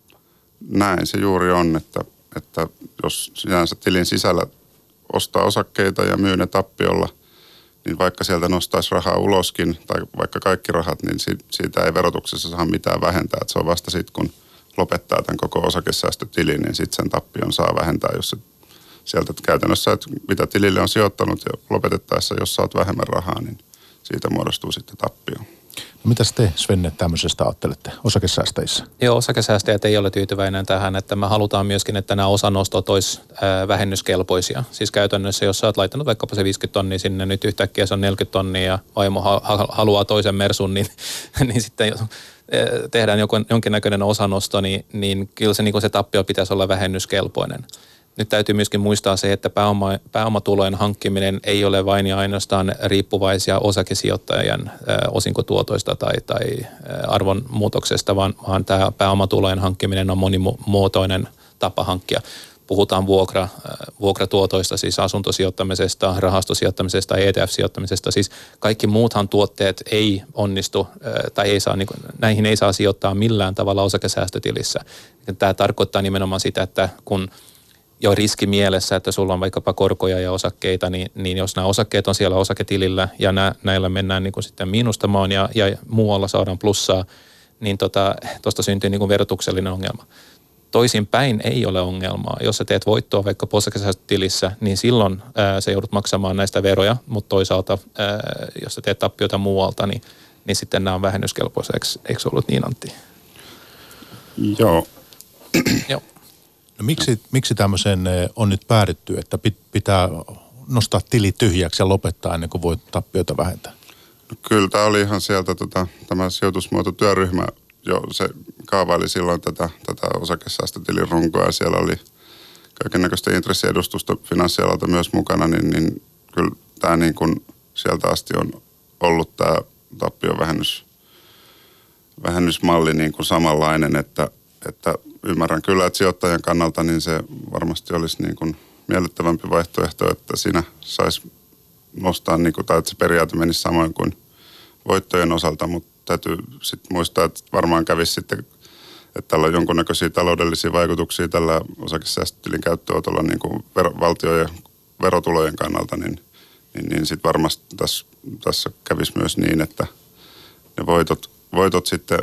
Näin se juuri on, että, että jos sinänsä tilin sisällä ostaa osakkeita ja myy ne tappiolla, niin vaikka sieltä nostaisi rahaa uloskin tai vaikka kaikki rahat, niin siitä ei verotuksessa saa mitään vähentää. Että se on vasta sitten, kun lopettaa tämän koko osakesäästötilin, niin sitten sen tappion saa vähentää, jos se sieltä käytännössä, että mitä tilille on sijoittanut ja lopetettaessa, jos saat vähemmän rahaa, niin siitä muodostuu sitten tappio. No mitäs te, Svenne, tämmöisestä ajattelette osakesäästäjissä? Joo, osakesäästäjät ei ole tyytyväinen tähän, että me halutaan myöskin, että nämä osanostot olisi vähennyskelpoisia. Siis käytännössä, jos sä oot laittanut vaikkapa se viisikymmentä tonnia sinne, nyt yhtäkkiä se on neljäkymmentä tonnia ja vaimo haluaa toisen mersun, niin, niin sitten tehdään jonkinnäköinen osanosto, niin, niin kyllä se, niin se tappio pitäisi olla vähennyskelpoinen. Nyt täytyy myöskin muistaa se, että pääoma, pääomatulojen hankkiminen ei ole vain ja ainoastaan riippuvaisia osakesijoittajan osinkotuotoista tai, tai arvonmuutoksesta, vaan, vaan tämä pääomatulojen hankkiminen on monimuotoinen tapa hankkia. Puhutaan vuokra, vuokratuotoista, siis asuntosijoittamisesta, rahastosijoittamisesta, E T F-sijoittamisesta. Siis kaikki muuthan tuotteet ei onnistu tai ei saa, näihin ei saa sijoittaa millään tavalla osakesäästötilissä. Tämä tarkoittaa nimenomaan sitä, että kun jo riski mielessä, että sulla on vaikkapa korkoja ja osakkeita, niin, niin jos nämä osakkeet on siellä osaketilillä ja nä, näillä mennään niin kuin sitten miinustamaan ja, ja muualla saadaan plussaa, niin tuosta tota, syntyy niin kuin verotuksellinen ongelma. Toisinpäin ei ole ongelmaa. Jos sä teet voittoa vaikka osakesäästötilissä, niin silloin ää, sä joudut maksamaan näistä veroja, mutta toisaalta ää, jos sä teet tappiota muualta, niin, niin sitten nämä on vähennyskelpoisia. Eikö, eikö ollut niin, Antti? Joo. Joo. No miksi, miksi tämmöiseen on nyt päädytty, että pitää nostaa tili tyhjäksi ja lopettaa ennen kuin voi tappioita vähentää? No kyllä tämä oli ihan sieltä tota, tämä sijoitusmuototyöryhmä, jo se kaavaili silloin tätä, tätä osakesäästötilin runkoa ja siellä oli kaikennäköistä intressiedustusta finanssialalta myös mukana, niin, niin kyllä tämä niin kuin sieltä asti on ollut tämä tappion vähennys, vähennysmalli niin kuin samanlainen, että, että ymmärrän kyllä, että sijoittajan kannalta niin se varmasti olisi niin kuin miellyttävämpi vaihtoehto, että siinä saisi nostaa, niin kuin, tai että se periaate menisi samoin kuin voittojen osalta, mutta täytyy sitten muistaa, että varmaan kävisi sitten, että tällä on jonkunnäköisiä taloudellisia vaikutuksia tällä osakesäästötilin käyttöönotolla niin kuin vero, valtio- ja verotulojen kannalta, niin, niin, niin sitten varmasti tässä, tässä kävisi myös niin, että ne voitot, voitot sitten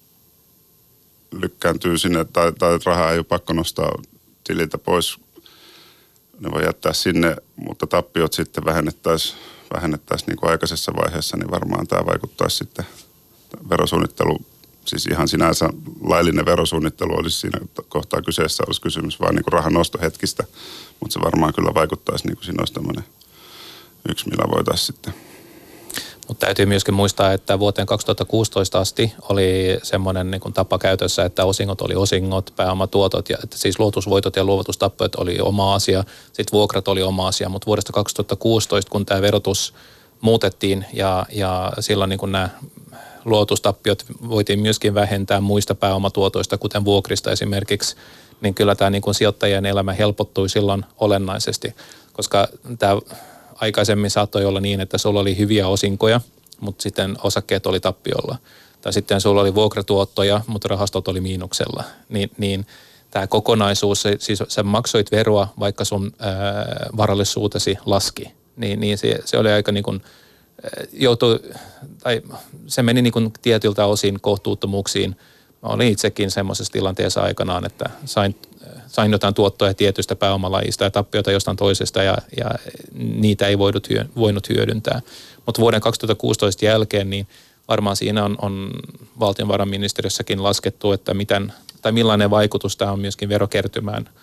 lykkääntyy sinne, tai, tai rahaa ei ole pakko nostaa tililtä pois. Ne voi jättää sinne, mutta tappiot sitten vähennettäisiin vähennettäisi niin kuin aikaisessa vaiheessa, niin varmaan tämä vaikuttaisi sitten verosuunnittelu, siis ihan sinänsä laillinen verosuunnittelu olisi siinä kohtaa kyseessä, olisi kysymys vaan niin kuin rahan nostohetkistä, mutta se varmaan kyllä vaikuttaisi, niin kuin siinä olisi tämmöinen yksi, millä voitaisiin sitten. Mutta täytyy myöskin muistaa, että vuoteen kaksituhattakuusitoista asti oli semmoinen niin kuin tapa käytössä, että osingot oli osingot, pääomatuotot, ja, että siis luovutusvoitot ja luovutustappiot oli oma asia, sitten vuokrat oli oma asia, mutta vuodesta kaksituhattakuusitoista, kun tämä verotus muutettiin ja, ja silloin niin kuin nämä luovutustappiot voitiin myöskin vähentää muista pääomatuotoista, kuten vuokrista esimerkiksi, niin kyllä tämä niin kuin sijoittajien elämä helpottui silloin olennaisesti, koska tämä aikaisemmin saattoi olla niin, että sulla oli hyviä osinkoja, mutta sitten osakkeet oli tappiolla. Tai sitten sulla oli vuokratuottoja, mutta rahastot oli miinuksella. Niin, niin tämä kokonaisuus, siis sä maksoit veroa, vaikka sun ää, varallisuutesi laski. Niin, niin se, se oli aika niin kuin, joutui, tai se meni niin kuin tietyltä osin kohtuuttomuuksiin. Mä olin itsekin semmoisessa tilanteessa aikanaan, että sain, sain jotain tuottoja tietystä pääomalajista ja tappiota jostain toisesta ja, ja niitä ei voinut, voinut hyödyntää. Mutta vuoden kaksituhattakuusitoista jälkeen niin varmaan siinä on, on valtionvarainministeriössäkin laskettu, että miten, tai millainen vaikutus tämä on myöskin verokertymään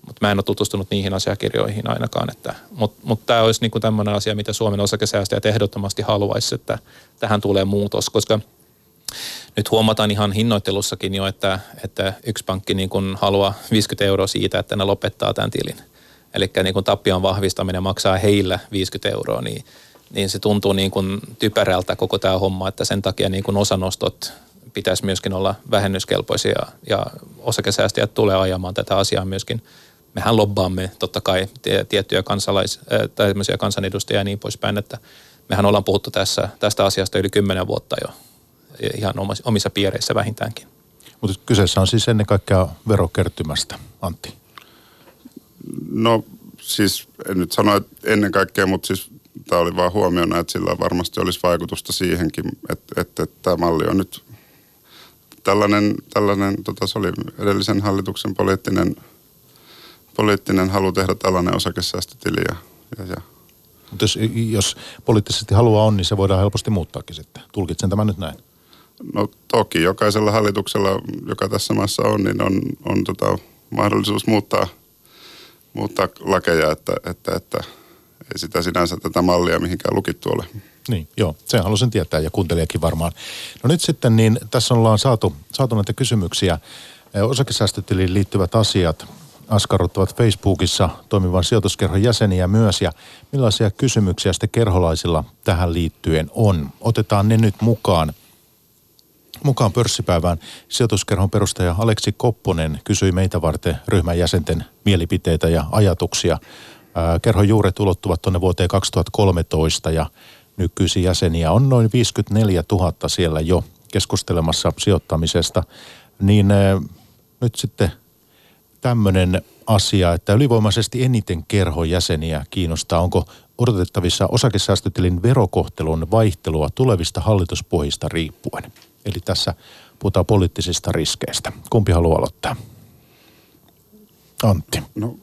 mutta mä en ole tutustunut niihin asiakirjoihin ainakaan. Mutta mut tämä olisi niinku tämmöinen asia, mitä Suomen osakesäästäjät ehdottomasti haluaisi, että tähän tulee muutos, koska nyt huomataan ihan hinnoittelussakin jo, että, että yksi pankki niin kuin haluaa viisikymmentä euroa siitä, että ne lopettaa tämän tilin. Eli niin kuin tappion vahvistaminen maksaa heillä viisikymmentä euroa, niin, niin se tuntuu niin kuin typerältä koko tämä homma, että sen takia niin kuin osanostot pitäisi myöskin olla vähennyskelpoisia ja osakesäästäjät tulee ajamaan tätä asiaa myöskin. Mehän lobbaamme totta kai tiettyjä kansalais, äh, kansanedustajia ja niin poispäin, että mehän ollaan puhuttu tässä, tästä asiasta yli kymmenen vuotta jo. Ihan omissa piireissä vähintäänkin. Mutta kyseessä on siis ennen kaikkea verokertymästä, Antti. No siis en nyt sano, että ennen kaikkea, mutta siis tämä oli vaan huomiona, että sillä varmasti olisi vaikutusta siihenkin, että, että, että tämä malli on nyt tällainen, tällainen tota, se oli edellisen hallituksen poliittinen, poliittinen halu tehdä tällainen osakesäästötili ja, ja, ja. Mutta jos, jos poliittisesti halua on, niin se voidaan helposti muuttaakin sitten. Tulkitsen tämän nyt näin. No toki jokaisella hallituksella, joka tässä maassa on, niin on, on tota, mahdollisuus muuttaa, muuttaa lakeja, että, että, että ei sitä sinänsä tätä mallia mihinkään lukittu ole. Niin, joo, sen halusin tietää ja kuuntelijakin varmaan. No nyt sitten, niin tässä ollaan saatu, saatu näitä kysymyksiä. Osakesäästötiliin liittyvät asiat askarruttavat Facebookissa toimivan sijoituskerhon jäseniä myös, ja millaisia kysymyksiä sitten kerholaisilla tähän liittyen on. Otetaan ne nyt mukaan. Mukaan pörssipäivään sijoituskerhon perustaja Aleksi Kopponen kysyi meitä varten ryhmän jäsenten mielipiteitä ja ajatuksia. Kerhon juuret ulottuvat tuonne vuoteen kaksituhattakolmetoista ja nykyisin jäseniä on noin viisikymmentäneljätuhatta siellä jo keskustelemassa sijoittamisesta. Niin nyt sitten tämmöinen asia, että ylivoimaisesti eniten kerhon jäseniä kiinnostaa, onko odotettavissa osakesäästötilin verokohtelun vaihtelua tulevista hallituspohjista riippuen. Eli tässä puhutaan poliittisista riskeistä. Kumpi haluaa aloittaa? Antti. No,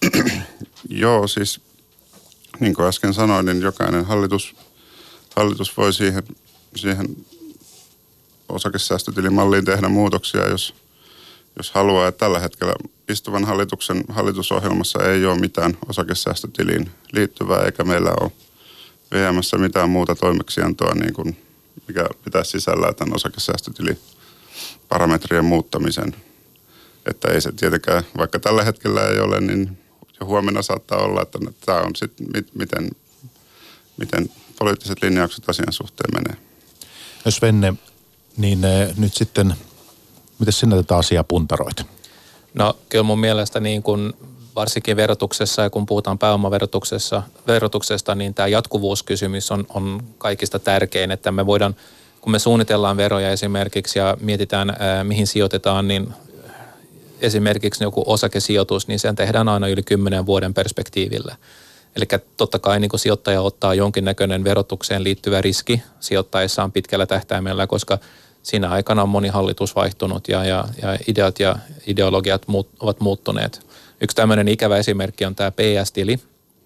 joo, siis niin kuin äsken sanoin, niin jokainen hallitus, hallitus voi siihen, siihen osakesäästötilimalliin tehdä muutoksia, jos, jos haluaa. Että tällä hetkellä istuvan hallituksen hallitusohjelmassa ei ole mitään osakesäästötiliin liittyvää, eikä meillä ole V M:ssä mitään muuta toimeksiantoa, niin kuin mikä pitää sisällään tämän osakesäästötilin parametrien muuttamisen. Että ei se tietenkään, vaikka tällä hetkellä ei ole, niin jo huomenna saattaa olla, että tämä on sitten, miten, miten poliittiset linjaukset asian suhteen menee. Jos Venne, niin nyt sitten, miten sinä tätä asiaa puntaroit? No kyllä mun mielestä niin kun varsinkin verotuksessa ja kun puhutaan pääomaverotuksessa, verotuksesta, niin tämä jatkuvuuskysymys on, on kaikista tärkein, että me voidaan, kun me suunnitellaan veroja esimerkiksi ja mietitään ää, mihin sijoitetaan, niin esimerkiksi joku osakesijoitus, niin sen tehdään aina yli kymmenen vuoden perspektiivillä. Eli totta kai niin kun sijoittaja ottaa jonkinnäköinen verotukseen liittyvä riski sijoittaessaan pitkällä tähtäimellä, koska siinä aikana on moni hallitus vaihtunut ja, ja, ja ideat ja ideologiat muut, ovat muuttuneet. Yksi tämmöinen ikävä esimerkki on tämä P S-tili,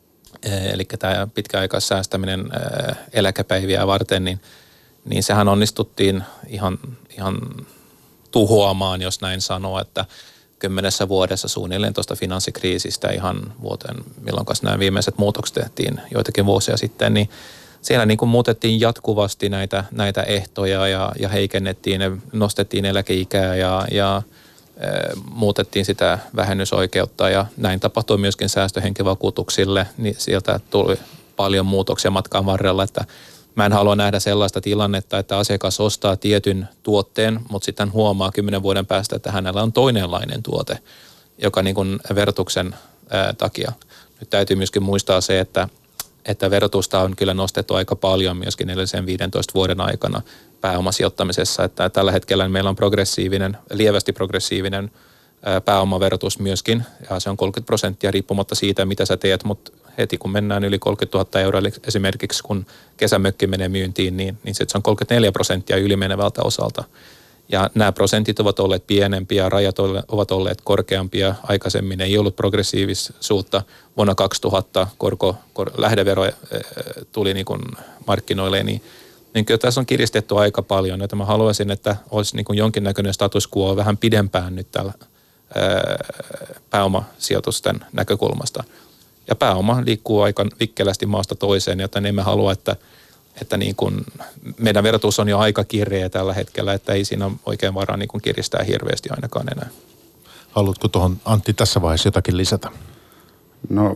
eli tämä pitkäaikaissäästäminen eläkepäiviä varten, niin, niin sehän onnistuttiin ihan, ihan tuhoamaan, jos näin sanoo, että kymmenessä vuodessa suunnilleen tuosta finanssikriisistä ihan vuoteen, milloin nämä viimeiset muutokset tehtiin joitakin vuosia sitten, niin siellä niin kuin muutettiin jatkuvasti näitä, näitä ehtoja ja, ja heikennettiin, nostettiin eläkeikää ja, ja e, muutettiin sitä vähennysoikeutta ja näin tapahtui myöskin säästöhenkivakuutuksille, niin sieltä tuli paljon muutoksia matkan varrella, että mä en halua nähdä sellaista tilannetta, että asiakas ostaa tietyn tuotteen, mutta sitten huomaa kymmenen vuoden päästä, että hänellä on toinenlainen tuote, joka niin kuin verotuksen ää, takia. Nyt täytyy myöskin muistaa se, että että verotusta on kyllä nostettu aika paljon myöskin edellisen viidentoista vuoden aikana pääomasijoittamisessa, että tällä hetkellä meillä on progressiivinen, lievästi progressiivinen pääomaverotus myöskin, ja se on kolmekymmentä prosenttia riippumatta siitä, mitä sä teet, mutta heti kun mennään yli kolmekymmentätuhatta euroa, eli esimerkiksi kun kesämökki menee myyntiin, niin, niin se on kolmekymmentäneljä prosenttia ylimenevältä osalta. Ja nämä prosentit ovat olleet pienempiä, rajat ovat olleet korkeampia. Aikaisemmin ei ollut progressiivisuutta. Vuonna kaksituhatta korko, kor, lähdevero tuli niin kuin markkinoille, niin, niin kyllä tässä on kiristetty aika paljon. Että mä haluaisin, että olisi niin kuin jonkinnäköinen status quo vähän pidempään nyt tällä pääomasijoitusten näkökulmasta. Ja pääoma liikkuu aika vikkelästi maasta toiseen, joten emme halua, että, että niin kuin meidän verotus on jo aika kireä tällä hetkellä, että ei siinä ole oikein varaa niin kuin kiristää hirveästi ainakaan enää. Haluatko tuohon, Antti, tässä vaiheessa jotakin lisätä? No,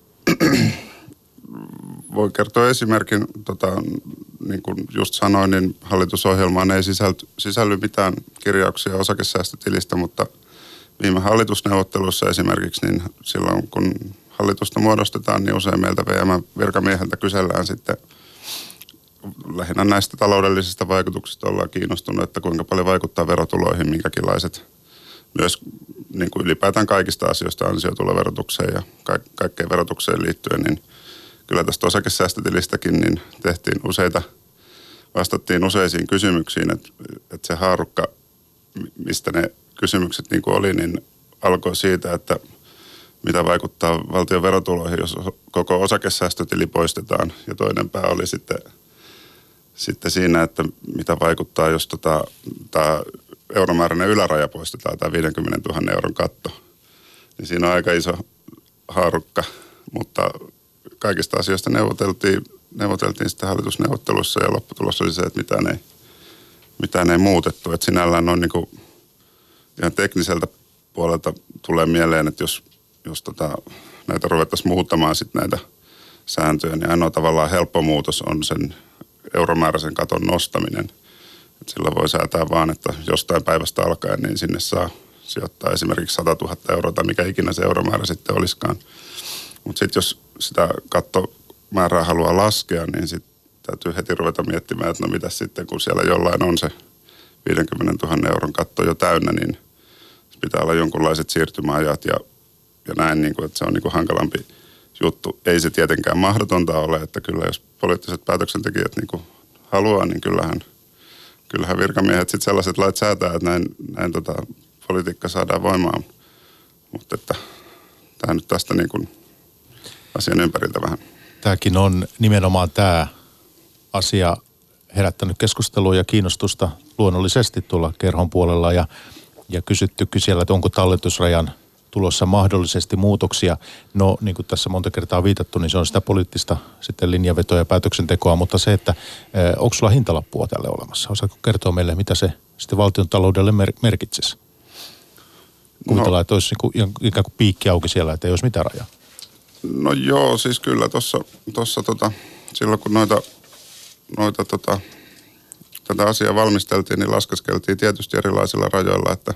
voi kertoa esimerkin, tota, niin kuin just sanoin, niin hallitusohjelmaan ei sisälty, sisälly mitään kirjauksia osakesäästötilistä, mutta viime hallitusneuvotteluissa esimerkiksi, niin silloin kun hallitusta muodostetaan, niin usein meiltä V M-virkamieheltä kysellään sitten lähinnä näistä taloudellisista vaikutuksista ollaan kiinnostunut, että kuinka paljon vaikuttaa verotuloihin, minkäkinlaiset myös niin kuin ylipäätään kaikista asioista ansiotuloverotukseen ja ka- kaikkeen verotukseen liittyen, niin kyllä tästä osakesäästötilistäkin niin tehtiin useita, vastattiin useisiin kysymyksiin, että, että se haarukka, mistä ne kysymykset niin kuin oli, niin alkoi siitä, että mitä vaikuttaa valtion verotuloihin, jos koko osakesäästötili poistetaan. Ja toinen pää oli sitten, sitten siinä, että mitä vaikuttaa, jos tota, tämä euromääräinen yläraja poistetaan, tämä viisikymmentätuhatta euron katto. Niin siinä on aika iso haarukka, mutta kaikista asioista neuvoteltiin, neuvoteltiin sitten hallitusneuvottelussa ja lopputulos oli se, että mitään ei, mitään ei muutettu. Että sinällään on niin kuin ihan tekniseltä puolelta tulee mieleen, että jos, jos tota, näitä ruvettaisiin muuttamaan sitten näitä sääntöjä, niin ainoa tavallaan helppo muutos on sen euromääräisen katon nostaminen. Et sillä voi säätää vaan, että jostain päivästä alkaen niin sinne saa sijoittaa esimerkiksi sata tuhatta euroa tai mikä ikinä se euromäärä sitten olisikaan. Mutta sitten jos sitä kattomäärää haluaa laskea, niin sitten täytyy heti ruveta miettimään, että no mitä sitten, kun siellä jollain on se viisikymmentätuhatta euron katto jo täynnä, niin pitää olla jonkunlaiset siirtymäajat ja, ja näin, niin kuin, että se on niin kuin hankalampi juttu. Ei se tietenkään mahdotonta ole, että kyllä jos poliittiset päätöksentekijät niin kuin haluaa, niin kyllähän, kyllähän virkamiehet sitten sellaiset lait säätää, että näin, näin tota, politiikka saadaan voimaan. Mutta että tämä nyt tästä niin kuin asian ympäriltä vähän. Tämäkin on nimenomaan tämä asia herättänyt keskustelua ja kiinnostusta luonnollisesti tuolla kerhon puolella ja, ja kysyttykin siellä, että onko talletusrajan tulossa mahdollisesti muutoksia. No niin kuin tässä monta kertaa viitattu, niin se on sitä poliittista sitten linjavetoa ja päätöksentekoa, mutta se, että eh, onko sulla hintalappua tälle olemassa? Osaatko kertoa meille, mitä se sitten valtion taloudelle mer- merkitsisi? Kuvitellaan, no, että olisi niin kuin, ikään kuin piikki auki siellä, että ei olisi mitään rajaa. No joo, siis kyllä tuossa, tuossa tota, silloin kun noita, noita tota, tätä asiaa valmisteltiin, niin laskeskeltiin tietysti erilaisilla rajoilla, että,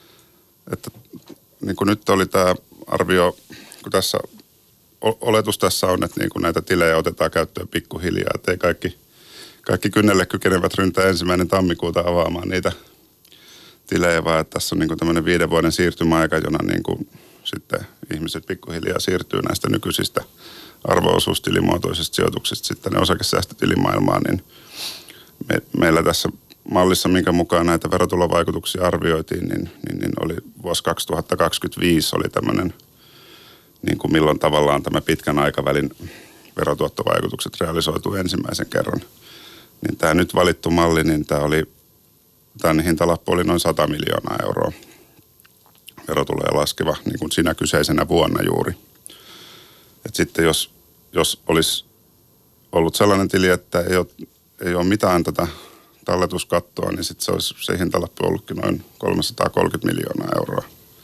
että niin kuin nyt oli tämä arvio, kun tässä oletus tässä on, että niin kuin näitä tilejä otetaan käyttöön pikkuhiljaa, että ei kaikki, kaikki kynnelle kykenevät ryntää ensimmäinen tammikuuta avaamaan niitä tilejä, vaan että tässä on niin kuin tämmöinen viiden vuoden siirtymäaika, jona niin kuin sitten ihmiset pikkuhiljaa siirtyy näistä nykyisistä arvo-osuustilimuotoisista sijoituksista sitten ne osakesäästötilimaailmaan, niin me, meillä tässä mallissa, minkä mukaan näitä verotulovaikutuksia arvioitiin, niin, niin, niin oli vuosi kaksituhattakaksikymmentäviisi oli tämmöinen, niin kuin milloin tavallaan tämä pitkän aikavälin verotuottovaikutukset realisoituu ensimmäisen kerran. Niin tämä nyt valittu malli, niin tämä oli, tämän hintalappu oli noin sata miljoonaa euroa verotuloja laskeva, niin kuin siinä kyseisenä vuonna juuri. Et sitten jos, jos olisi ollut sellainen tili, että ei ole, ei ole mitään tätä talletuskattoa, niin sitten se olisi se hintalappu ollutkin noin kolmesataakolmekymmentä miljoonaa euroa.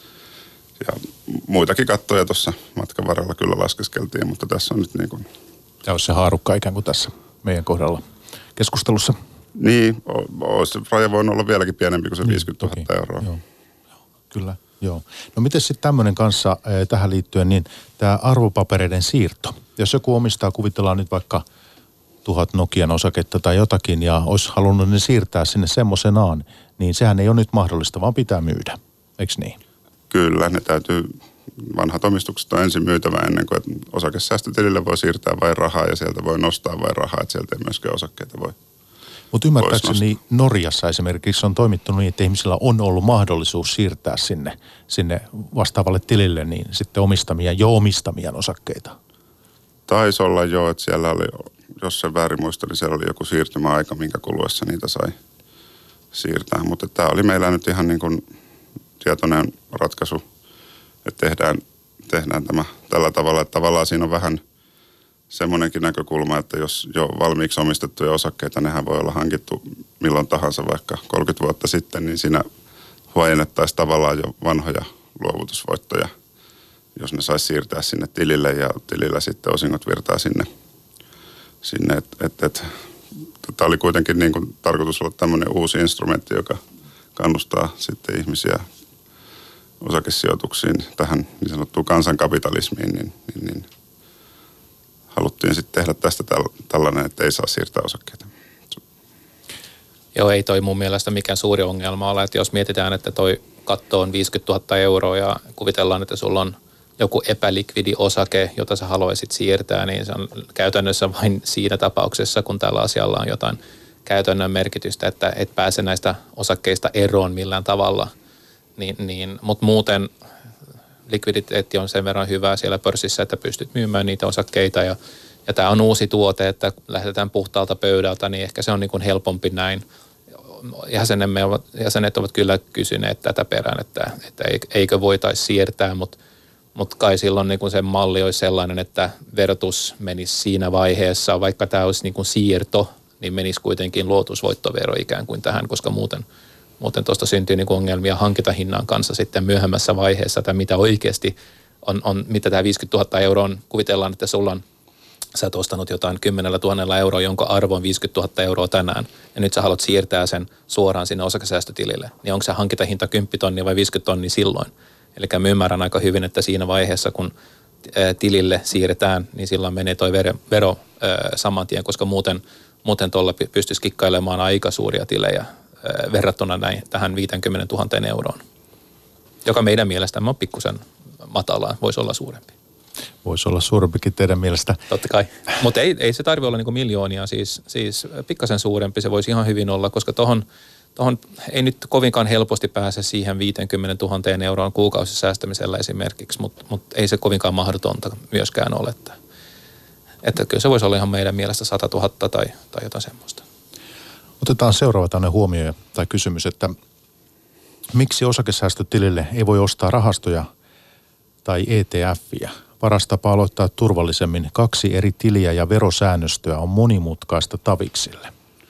Ja muitakin kattoja tuossa matkan varrella kyllä laskeskeltiin, mutta tässä on nyt niin kuin... Tämä olisi se haarukka ikään kuin tässä meidän kohdalla keskustelussa. Niin, olisi raja voinut olla vieläkin pienempi kuin se viisikymmentätuhatta euroa. Joo, kyllä. Joo. No miten sitten tämmöinen kanssa eh, tähän liittyen, niin tämä arvopapereiden siirto. Jos joku omistaa, kuvitellaan nyt vaikka tuhat Nokian osaketta tai jotakin ja olisi halunnut ne siirtää sinne semmoisenaan, niin sehän ei ole nyt mahdollista, vaan pitää myydä. Eikö niin? Kyllä, ne täytyy, vanhat omistukset on ensin myytävä ennen kuin osakesäästötilille voi siirtää vain rahaa ja sieltä voi nostaa vain rahaa, että sieltä ei myöskään osakkeita voi. Mutta ymmärtääkseni Norjassa esimerkiksi on toimittu niin, että ihmisillä on ollut mahdollisuus siirtää sinne, sinne vastaavalle tilille niin sitten omistamia, jo omistamia osakkeita. Taisi olla jo, että siellä oli, jos sen väärin muista, niin siellä oli joku siirtymäaika, minkä kuluessa niitä sai siirtää. Mutta tämä oli meillä nyt ihan niin kuin tietoinen ratkaisu, että tehdään, tehdään tämä tällä tavalla, että tavallaan siinä on vähän semmoinenkin näkökulma, että jos jo valmiiksi omistettuja osakkeita, nehän voi olla hankittu milloin tahansa, vaikka kolmekymmentä vuotta sitten, niin siinä huojennettaisiin tavallaan jo vanhoja luovutusvoittoja, jos ne saisi siirtää sinne tilille ja tilillä sitten osingot virtaa sinne. sinne et, et, et. Tämä oli kuitenkin niin kuin tarkoitus olla tämmöinen uusi instrumentti, joka kannustaa sitten ihmisiä osakesijoituksiin tähän niin sanottuun kansankapitalismiin, niin, niin, niin haluttiin sitten tehdä tästä tällainen, että ei saa siirtää osakkeita. Joo, ei toi mun mielestä mikään suuri ongelma ole, että jos mietitään, että toi katto on viisikymmentätuhatta euroa ja kuvitellaan, että sulla on joku epälikvidi osake, jota sä haluaisit siirtää, niin se on käytännössä vain siinä tapauksessa, kun tällä asialla on jotain käytännön merkitystä, että et pääse näistä osakkeista eroon millään tavalla. Niin, niin, mutta muuten likviditeetti on sen verran hyvää siellä pörssissä, että pystyt myymään niitä osakkeita ja, ja tämä on uusi tuote, että lähdetään puhtaalta pöydältä, niin ehkä se on niin kuin helpompi näin. Jäsenemme ovat, jäsenet ovat kyllä kysyneet tätä perään, että, että eikö voitaisi siirtää, mutta Mutta kai silloin niin kuin se malli olisi sellainen, että verotus menisi siinä vaiheessa, vaikka tämä olisi niin kuin siirto, niin menisi kuitenkin luotusvoittovero ikään kuin tähän, koska muuten, muuten tuosta syntyy niin kuin ongelmia hankintahinnan kanssa sitten myöhemmässä vaiheessa, että mitä oikeasti on, on mitä tämä viisikymmentätuhatta euroa on. Kuvitellaan, että sulla on, sä oot ostanut jotain kymmenellä tuhannella euroa, jonka arvo on viisikymmentätuhatta euroa tänään, ja nyt sä haluat siirtää sen suoraan sinne osakesäästötilille, niin onko se hankintahinta kymmenen tonnia vai viisikymmentä tonnia silloin? Eli mä ymmärrän aika hyvin, että siinä vaiheessa, kun tilille siirretään, niin silloin menee toi vero, vero saman tien, koska muuten, muuten tuolla pystyisi kikkailemaan aika suuria tilejä verrattuna näin, tähän viisikymmentätuhatta euroon, joka meidän mielestämme on pikkusen matalaa, voisi olla suurempi. Voisi olla suurempikin teidän mielestä. Totta kai, mutta ei, ei se tarvitse olla niinku miljoonia, siis, siis pikkasen suurempi se voisi ihan hyvin olla, koska tuohon Tuohon ei nyt kovinkaan helposti pääse siihen viisikymmentätuhatta euroon kuukausisäästämisellä esimerkiksi, mutta, mutta ei se kovinkaan mahdotonta myöskään ole. Että, että kyllä se voisi olla ihan meidän mielestä sata tuhatta tai, tai jotain semmoista. Otetaan seuraava tämmöinen huomio tai kysymys, että miksi osakesäästötilille ei voi ostaa rahastoja tai E T F:iä? Paras tapa aloittaa turvallisemmin. Kaksi eri tiliä ja verosäännöstöä on monimutkaista taviksille.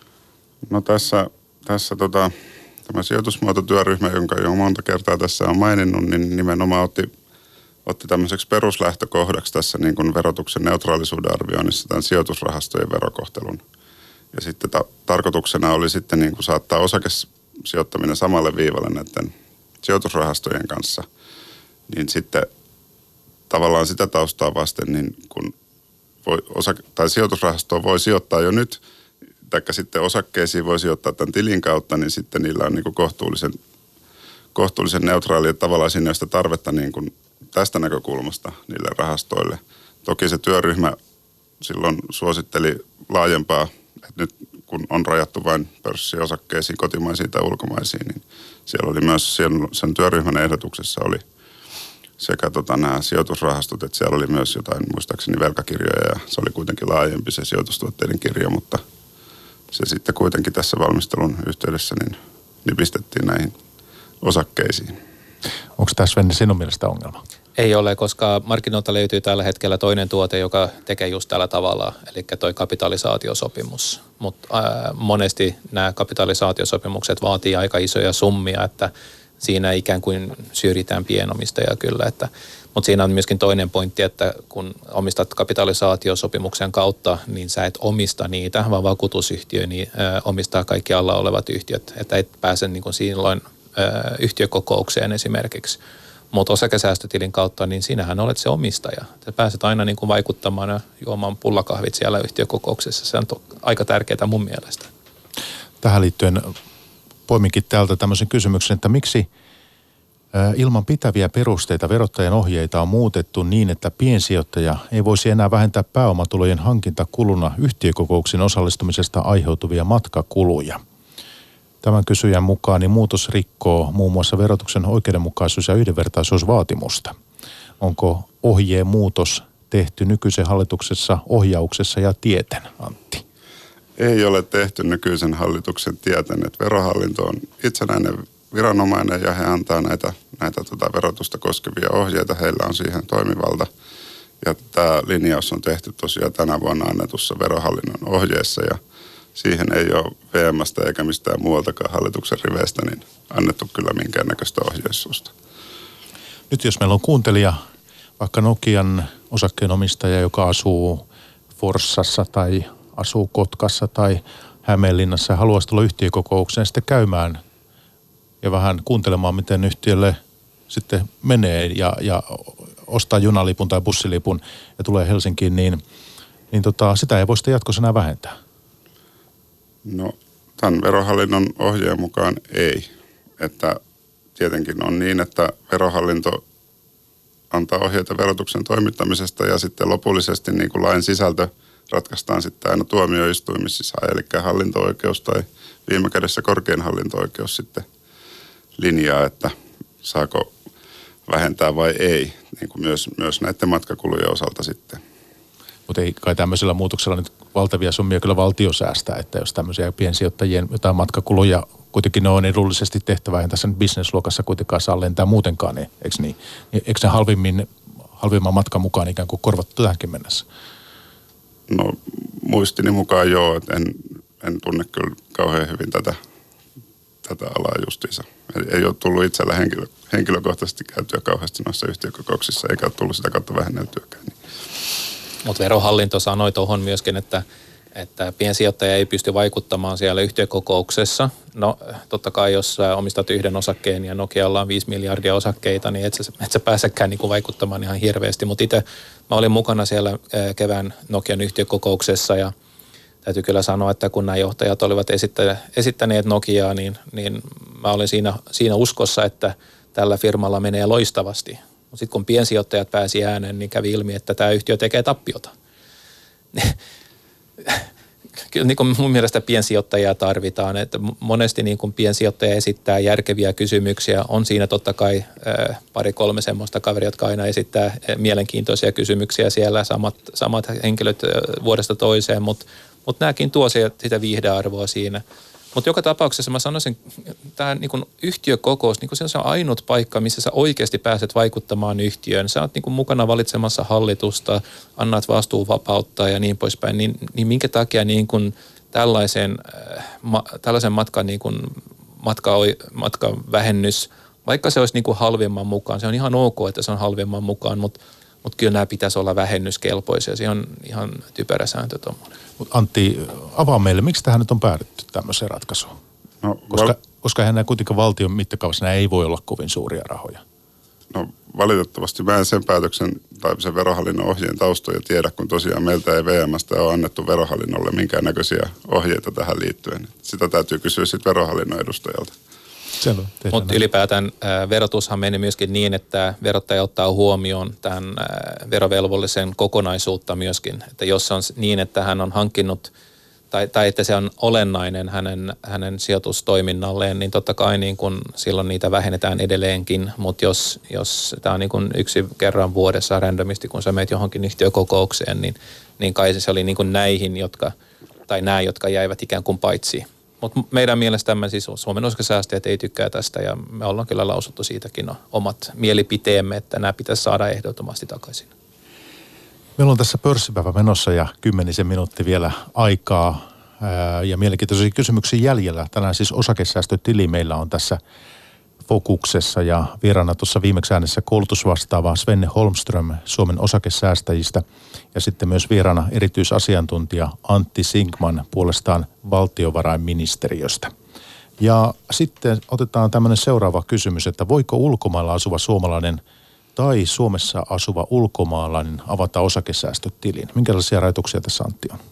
No tässä... Tässä tota, tämä sijoitusmuototyöryhmä, jonka jo monta kertaa tässä on maininnut, niin nimenomaan otti, otti tämmöiseksi peruslähtökohdaksi tässä niin kuin verotuksen neutraalisuuden arvioinnissa tämän sijoitusrahastojen verokohtelun. Ja sitten ta- tarkoituksena oli sitten niin kuin saattaa osakesijoittaminen samalle viivalle näiden sijoitusrahastojen kanssa. Niin sitten tavallaan sitä taustaa vasten, niin kun voi osake- tai sijoitusrahastoon voi sijoittaa jo nyt, taikka sitten osakkeisiin voisi ottaa tämän tilin kautta, niin sitten niillä on niin kuin kohtuullisen, kohtuullisen neutraalia tavallaan sinne, josta tarvetta niin kuin tästä näkökulmasta niille rahastoille. Toki se työryhmä silloin suositteli laajempaa, että nyt kun on rajattu vain pörssiosakkeisiin, kotimaisiin tai ulkomaisiin, niin siellä oli myös sen, sen työryhmän ehdotuksessa oli sekä tota, nämä sijoitusrahastot, että siellä oli myös jotain muistaakseni velkakirjoja ja se oli kuitenkin laajempi se sijoitustuotteiden kirjo, mutta se sitten kuitenkin tässä valmistelun yhteydessä niin nipistettiin näihin osakkeisiin. Onko tässä Venne sinun mielestä ongelma? Ei ole, koska markkinoilta löytyy tällä hetkellä toinen tuote, joka tekee just tällä tavalla, eli toi kapitalisaatiosopimus. Mutta monesti nämä kapitalisaatiosopimukset vaatii aika isoja summia, että siinä ikään kuin syrjitään pienomistajia kyllä, että mutta siinä on myöskin toinen pointti, että kun omistat kapitalisaatiosopimuksen kautta, niin sä et omista niitä, vaan vakuutusyhtiö niin, ö, omistaa kaikki alla olevat yhtiöt. Että et pääse niin kuin silloin ö, yhtiökokoukseen esimerkiksi. Mutta osakesäästötilin kautta, niin sinähän olet se omistaja. Sä pääset aina niin kuin vaikuttamaan ja juomaan pullakahvit siellä yhtiökokouksessa. Se on to- aika tärkeää mun mielestä. Tähän liittyen poiminkin täältä tämmöisen kysymyksen, että miksi ilman pitäviä perusteita verottajan ohjeita on muutettu niin, että piensijoittaja ei voisi enää vähentää pääomatulojen hankintakuluna yhtiökokouksiin osallistumisesta aiheutuvia matkakuluja. Tämän kysyjän mukaan niin muutos rikkoo muun muassa verotuksen oikeudenmukaisuus- ja yhdenvertaisuusvaatimusta. Onko ohjeen muutos tehty nykyisen hallituksessa ohjauksessa ja tieten, Antti? Ei ole tehty nykyisen hallituksen tieten, että verohallinto on itsenäinen viranomainen ja he antaa näitä, näitä tota verotusta koskevia ohjeita. Heillä on siihen toimivalta. Ja tämä linjaus on tehty tosiaan tänä vuonna annetussa verohallinnon ohjeessa ja siihen ei ole V M:stä eikä mistään muualtakaan hallituksen riveistä niin annettu kyllä minkäännäköistä ohjeistusta. Nyt jos meillä on kuuntelija, vaikka Nokian osakkeenomistaja, joka asuu Forssassa tai asuu Kotkassa tai Hämeenlinnassa ja haluaisi tulla yhtiökokoukseen sitten käymään ja vähän kuuntelemaan, miten yhtiölle sitten menee ja, ja ostaa junalipun tai bussilipun ja tulee Helsinkiin, niin, niin tota, sitä ei voi sitten jatkossa enää vähentää. No, tämän verohallinnon ohjeen mukaan ei. Että tietenkin on niin, että verohallinto antaa ohjeita verotuksen toimittamisesta ja sitten lopullisesti niin kuin lain sisältö ratkaistaan sitten aina tuomioistuimissa, eli hallinto-oikeus tai viime kädessä korkein hallinto-oikeus sitten linjaa, että saako vähentää vai ei, niin kuin myös, myös näiden matkakulujen osalta sitten. Mutta ei kai tämmöisellä muutoksella nyt valtavia summia kyllä valtio säästää, että jos tämmöisiä piensijoittajien jotain matkakuluja kuitenkin ne on edullisesti tehtävä, ja tässä nyt businessluokassa kuitenkaan saa lentää muutenkaan, niin eikö niin? Eikö ne halvimmin, halvimman matkan mukaan ikään kuin korvattu tähänkin mennessä? No muistini mukaan joo, että en, en tunne kyllä kauhean hyvin tätä, tätä alaa justiinsa. Eli ei ole tullut itsellä henkilö, henkilökohtaisesti käytyä kauheasti noissa yhtiökokouksissa, eikä ole tullut sitä kautta vähenneltyäkään. Niin. Mutta verohallinto sanoi tuohon myöskin, että, että piensijoittaja ei pysty vaikuttamaan siellä yhtiökokouksessa. No totta kai, jos omistat yhden osakkeen ja Nokialla on viisi miljardia osakkeita, niin et sä, et sä pääsekään niinku vaikuttamaan ihan hirveästi. Mutta itse mä olin mukana siellä kevään Nokian yhtiökokouksessa ja täytyy kyllä sanoa, että kun nämä johtajat olivat esittäneet Nokiaa, niin, niin mä olin siinä, siinä uskossa, että tällä firmalla menee loistavasti. Sitten kun piensijoittajat pääsi ääneen, niin kävi ilmi, että tämä yhtiö tekee tappiota. Kyllä niin kuin mun mielestä piensijoittajia tarvitaan, että monesti niin kuin piensijoittaja esittää järkeviä kysymyksiä. On siinä totta kai äh, pari kolme semmoista kaveria, jotka aina esittää äh, mielenkiintoisia kysymyksiä siellä, samat, samat henkilöt äh, vuodesta toiseen, mutta mut nämäkin tuo sitä viihdearvoa siinä. Mutta joka tapauksessa mä sanoisin, tämä niin yhtiökokous, niin se on ainut paikka, missä sä oikeasti pääset vaikuttamaan yhtiöön. Sä oot niin mukana valitsemassa hallitusta, annat vastuuvapautta ja niin poispäin. Niin, niin minkä takia niin kuin tällaisen, ma, tällaisen matkan, niin kuin matka, matkavähennys, vaikka se olisi niin kuin halvimman mukaan, se on ihan ok, että se on halvimman mukaan, mutta Mutta kyllä nämä pitäisi olla vähennyskelpoisia. Se on ihan typerä sääntö tuommoinen. Antti, avaa meille, miksi tähän nyt on päädytty tämmöiseen ratkaisuun? No, koska, val- koska eihän nämä kuitenkaan valtion mittakaavassa nämä ei voi olla kovin suuria rahoja. No valitettavasti mä en sen päätöksen tai sen verohallinnon ohjeen taustoja tiedä, kun tosiaan meiltä ei V M:stä ole annettu verohallinnolle minkäännäköisiä ohjeita tähän liittyen. Sitä täytyy kysyä sitten verohallinnon edustajalta. Mutta ylipäätään ä, verotushan meni myöskin niin, että verottaja ottaa huomioon tämän ä, verovelvollisen kokonaisuutta myöskin. Että jos on niin, että hän on hankkinut tai, tai että se on olennainen hänen, hänen sijoitustoiminnalleen, niin totta kai niin kun silloin niitä vähennetään edelleenkin. Mutta jos, jos tämä on niin kun yksi kerran vuodessa randomisti, kun sä meet johonkin yhtiökokoukseen, niin, niin kai se oli niin kun näihin, jotka, tai nämä, jotka jäivät ikään kuin paitsi. Mutta meidän mielestämme siis Suomen osakesäästäjät ei tykkää tästä ja me ollaan kyllä lausuttu siitäkin no, omat mielipiteemme, että nämä pitäisi saada ehdottomasti takaisin. Meillä on tässä pörssipäivä menossa ja kymmenisen minuutti vielä aikaa ää, ja mielenkiintoisia kysymyksiä jäljellä. Tänään siis osakesäästötili meillä on tässä fokuksessa ja vieraana tuossa viimeksi äänessä koulutusvastaava Svenne Holmström Suomen osakesäästäjistä ja sitten myös vieraana erityisasiantuntija Antti Sinkman puolestaan valtiovarainministeriöstä. Ja sitten otetaan tämmöinen seuraava kysymys, että voiko ulkomailla asuva suomalainen tai Suomessa asuva ulkomaalainen avata osakesäästötilin? Minkälaisia rajoituksia tässä Antti on?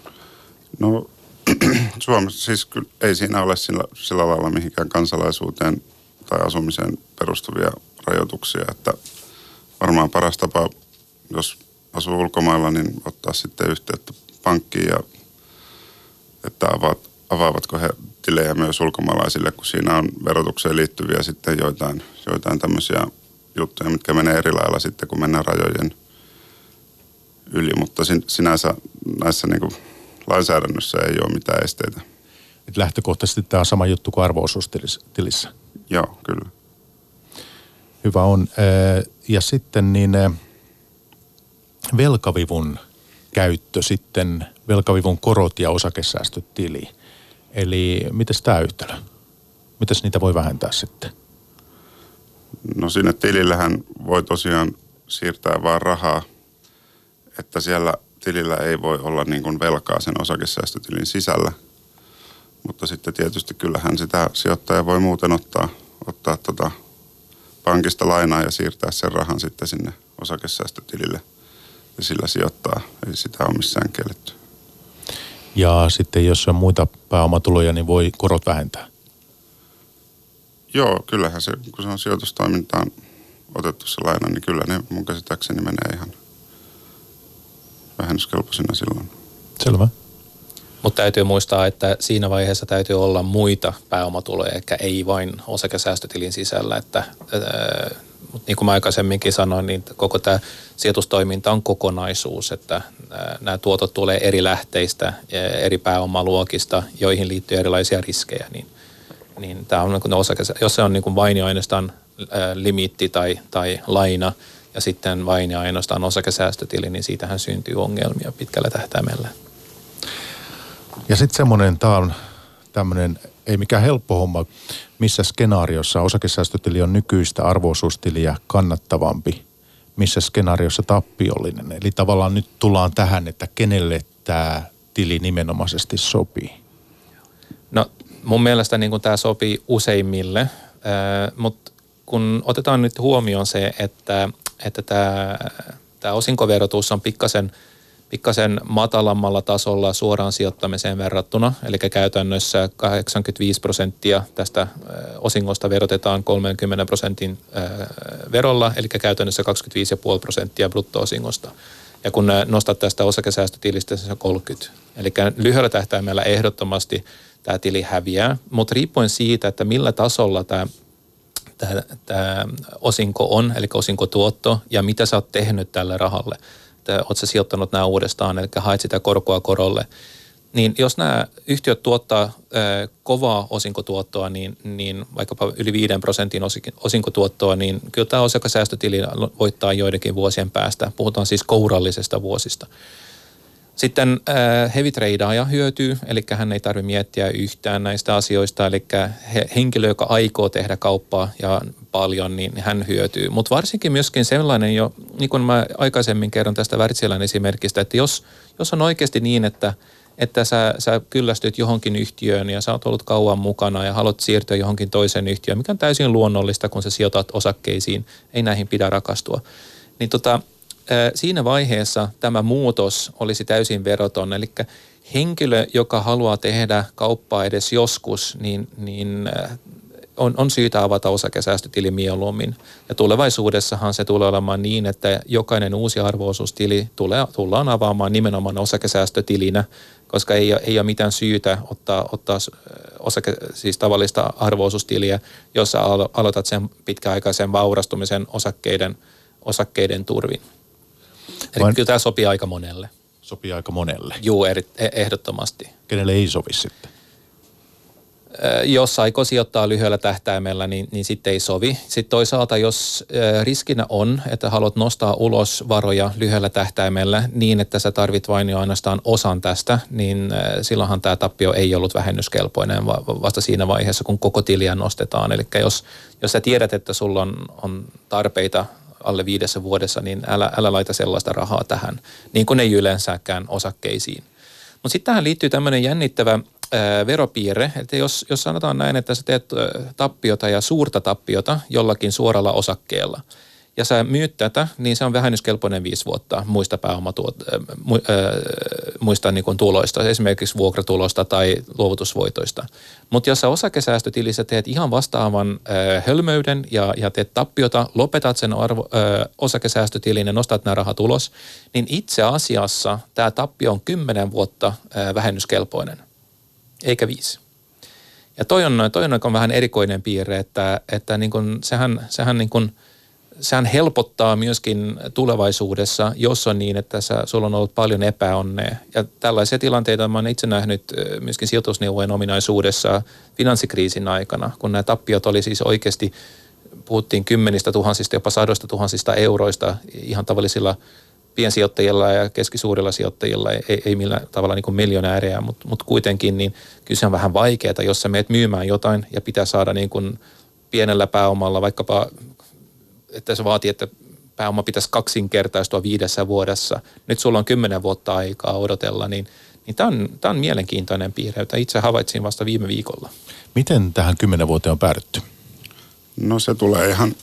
No Suomessa siis kyllä ei siinä ole sillä, sillä lailla mihinkään kansalaisuuteen tai asumiseen perustuvia rajoituksia, että varmaan paras tapa, jos asuu ulkomailla, niin ottaa sitten yhteyttä pankkiin ja että avaat, avaavatko he tilejä myös ulkomaalaisille, kun siinä on verotukseen liittyviä sitten joitain, joitain tämmöisiä juttuja, mitkä menee eri lailla sitten, kun mennään rajojen yli, mutta sinänsä näissä niin kuin lainsäädännössä ei ole mitään esteitä. Et lähtökohtaisesti tämä on sama juttu kuin arvo-osuustilissä. Joo, kyllä. Hyvä on. Ja sitten niin velkavivun käyttö sitten, velkavivun korot ja osakesäästötili. Eli mitäs tämä yhtälö? Mitäs niitä voi vähentää sitten? No sinne tilillähän voi tosiaan siirtää vaan rahaa, että siellä tilillä ei voi olla niin kuin velkaa sen osakesäästötilin sisällä. Mutta sitten tietysti kyllähän sitä sijoittaja voi muuten ottaa, ottaa tota pankista lainaa ja siirtää sen rahan sitten sinne osakesäästötilille ja sillä sijoittaa. Ei sitä ole missään kielletty. Ja sitten jos on muita pääomatuloja, niin voi korot vähentää? Joo, kyllähän se, kun se on sijoitustoimintaan otettu se laina, niin kyllä ne mun käsittääkseni menee ihan vähennyskelpoisina silloin. Selvä. Mutta täytyy muistaa, että siinä vaiheessa täytyy olla muita pääomatuloja, eikä ei vain osakesäästötilin sisällä. Että, ää, mutta niin kuin mä aikaisemminkin sanoin, niin koko tämä sijoitustoiminta on kokonaisuus, että ää, nämä tuotot tulee eri lähteistä, eri pääomaluokista, joihin liittyy erilaisia riskejä. Niin, niin tämä on niin kuin osakes- jos se on niin kuin vain ja ainoastaan ää, limiitti tai, tai laina, ja sitten vain ja ainoastaan osakesäästötili, niin siitähän syntyy ongelmia pitkällä tähtäimellä. Ja sitten semmoinen, tämä on tämmöinen, ei mikään helppo homma, missä skenaariossa osakesäästötili on nykyistä arvo-osuustiliä kannattavampi, missä skenaariossa tappiollinen. Eli tavallaan nyt tullaan tähän, että kenelle tämä tili nimenomaisesti sopii. No mun mielestä niin tämä sopii useimmille, äh, mutta kun otetaan nyt huomioon se, että, että tämä, tämä osinkoverotus on pikkasen pikkasen matalammalla tasolla suoraan sijoittamiseen verrattuna, eli käytännössä kahdeksankymmentäviisi prosenttia tästä osingosta verotetaan kolmekymmentä prosentin verolla, eli käytännössä kaksikymmentäviisi pilkku viisi prosenttia brutto-osingosta. Ja kun nostat tästä osakesäästötilistä, se on kolmekymmentä. Eli lyhyellä tähtäimellä ehdottomasti tämä tili häviää, mutta riippuen siitä, että millä tasolla tämä Tämä, tämä osinko on, eli osinkotuotto, ja mitä sä oot tehnyt tälle rahalle. Oot sä sijoittanut nämä uudestaan, eli haet sitä korkoa korolle. Niin jos nämä yhtiöt tuottaa äh, kovaa osinkotuottoa, niin, niin vaikkapa yli viiden prosentin osinkotuottoa, niin kyllä tämä osakesäästötili voittaa joidenkin vuosien päästä. Puhutaan siis kourallisesta vuosista. Sitten äh, heavy tradaaja hyötyy, eli hän ei tarvitse miettiä yhtään näistä asioista, eli he, henkilö, joka aikoo tehdä kauppaa ja paljon, niin hän hyötyy. Mutta varsinkin myöskin sellainen jo, niin kuin mä aikaisemmin kerron tästä Wärtsilän esimerkistä, että jos, jos on oikeasti niin, että, että sä, sä kyllästyt johonkin yhtiöön ja sä oot ollut kauan mukana ja haluat siirtyä johonkin toiseen yhtiöön, mikä on täysin luonnollista, kun sä sijoitat osakkeisiin, ei näihin pidä rakastua, niin tota, siinä vaiheessa tämä muutos olisi täysin veroton, eli henkilö, joka haluaa tehdä kauppaa edes joskus, niin, niin on, on syytä avata osakesäästötili mieluummin. Ja tulevaisuudessahan se tulee olemaan niin, että jokainen uusi arvo-osuustili tulee, tullaan avaamaan nimenomaan osakesäästötilinä, koska ei, ei ole mitään syytä ottaa, ottaa osake, siis tavallista arvo-osuustiliä, jossa aloitat sen pitkäaikaisen vaurastumisen osakkeiden, osakkeiden turvin. Eli Vain, kyllä tämä sopii aika monelle. Sopii aika monelle? Joo, ehdottomasti. Kenelle ei sovi sitten? Jos aikoo sijoittaa lyhyellä tähtäimellä, niin, niin sitten ei sovi. Sitten toisaalta, jos riskinä on, että haluat nostaa ulos varoja lyhyellä tähtäimellä niin, että sä tarvit vain jo ainoastaan osan tästä, niin silloinhan tämä tappio ei ollut vähennyskelpoinen vasta siinä vaiheessa, kun koko tiliä nostetaan. Eli jos, jos sä tiedät, että sulla on, on tarpeita alle viidessä vuodessa, niin älä, älä laita sellaista rahaa tähän, niin kuin ei yleensäkään osakkeisiin. Mutta sitten tähän liittyy tämmöinen jännittävä ää, veropiirre, että jos, jos sanotaan näin, että sä teet tappiota ja suurta tappiota jollakin suoralla osakkeella, ja sä myyt tätä, niin se on vähennyskelpoinen viisi vuotta muista pääomatuot, mu, ää, muista niin kuin tuloista, esimerkiksi vuokratulosta tai luovutusvoitoista. Mutta jos sä osakesäästötilissä teet ihan vastaavan ää, hölmöyden ja, ja teet tappiota, lopetat sen arvo, ää, osakesäästötilin ja nostat nämä rahat ulos, niin itse asiassa tämä tappio on kymmenen vuotta ää, vähennyskelpoinen, eikä viisi. Ja toi on, toi on vähän erikoinen piirre, että, että niin kun, sehän, sehän niin kun sehän helpottaa myöskin tulevaisuudessa, jos on niin, että sä, sulla on ollut paljon epäonnea. Ja tällaisia tilanteita mä oon itse nähnyt myöskin sijoitusneuvojen ominaisuudessa finanssikriisin aikana, kun nämä tappiot oli siis oikeasti, puhuttiin kymmenistä tuhansista, jopa sadoista tuhansista euroista ihan tavallisilla piensijoittajilla ja keskisuurilla sijoittajilla, ei, ei millään tavalla niin kuin miljonäärejä, mutta, mutta kuitenkin niin kyllä se on vähän vaikeaa, jos sä meet myymään jotain ja pitää saada niin kuin pienellä pääomalla vaikkapa, että se vaatii, että pääoma pitäisi kaksinkertaistua viidessä vuodessa. Nyt sulla on kymmenen vuotta aikaa odotella, niin, niin tämä on, tämä on mielenkiintoinen piirre, jota itse havaitsin vasta viime viikolla. Miten tähän kymmenen vuoteen on päädytty? No se tulee ihan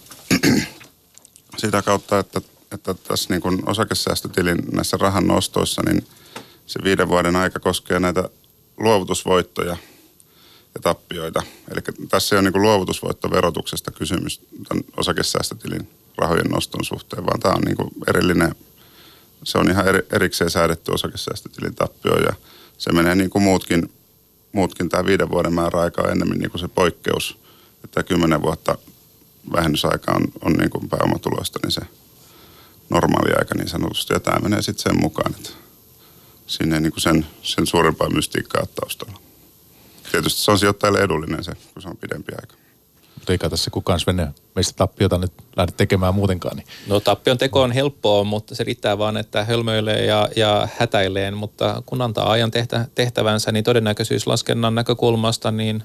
sitä kautta, että, että tässä niin kuin osakesäästötilin näissä rahan nostoissa, niin se viiden vuoden aika koskee näitä luovutusvoittoja ja tappioita. Eli tässä ei ole niin kuin luovutusvoittoverotuksesta kysymys tämän osakesäästötilin rahojen noston suhteen, vaan tämä on niin kuin erillinen, se on ihan erikseen säädetty osakesäästötilin tappio ja se menee niin kuin muutkin, muutkin tämä viiden vuoden määräaika on ennemmin niin kuin se poikkeus, että kymmenen vuotta vähennysaika on, on niin kuin pääomatuloista, niin se normaali aika niin sanotusti, ja tämä menee sitten sen mukaan, että siinä ei niin kuin sen, sen suurempaa mystiikkaa taustalla. Tietysti se on sijoittajille edullinen se, kun se on pidempi aika. Mutta eikä tässä kukaan Svenne meistä tappiota nyt lähde tekemään muutenkaan. Niin. No tappion teko on helppoa, mutta se riittää vaan, että hölmöilee ja, ja hätäilee, mutta kun antaa ajan tehtä, tehtävänsä, niin todennäköisyyslaskennan näkökulmasta, niin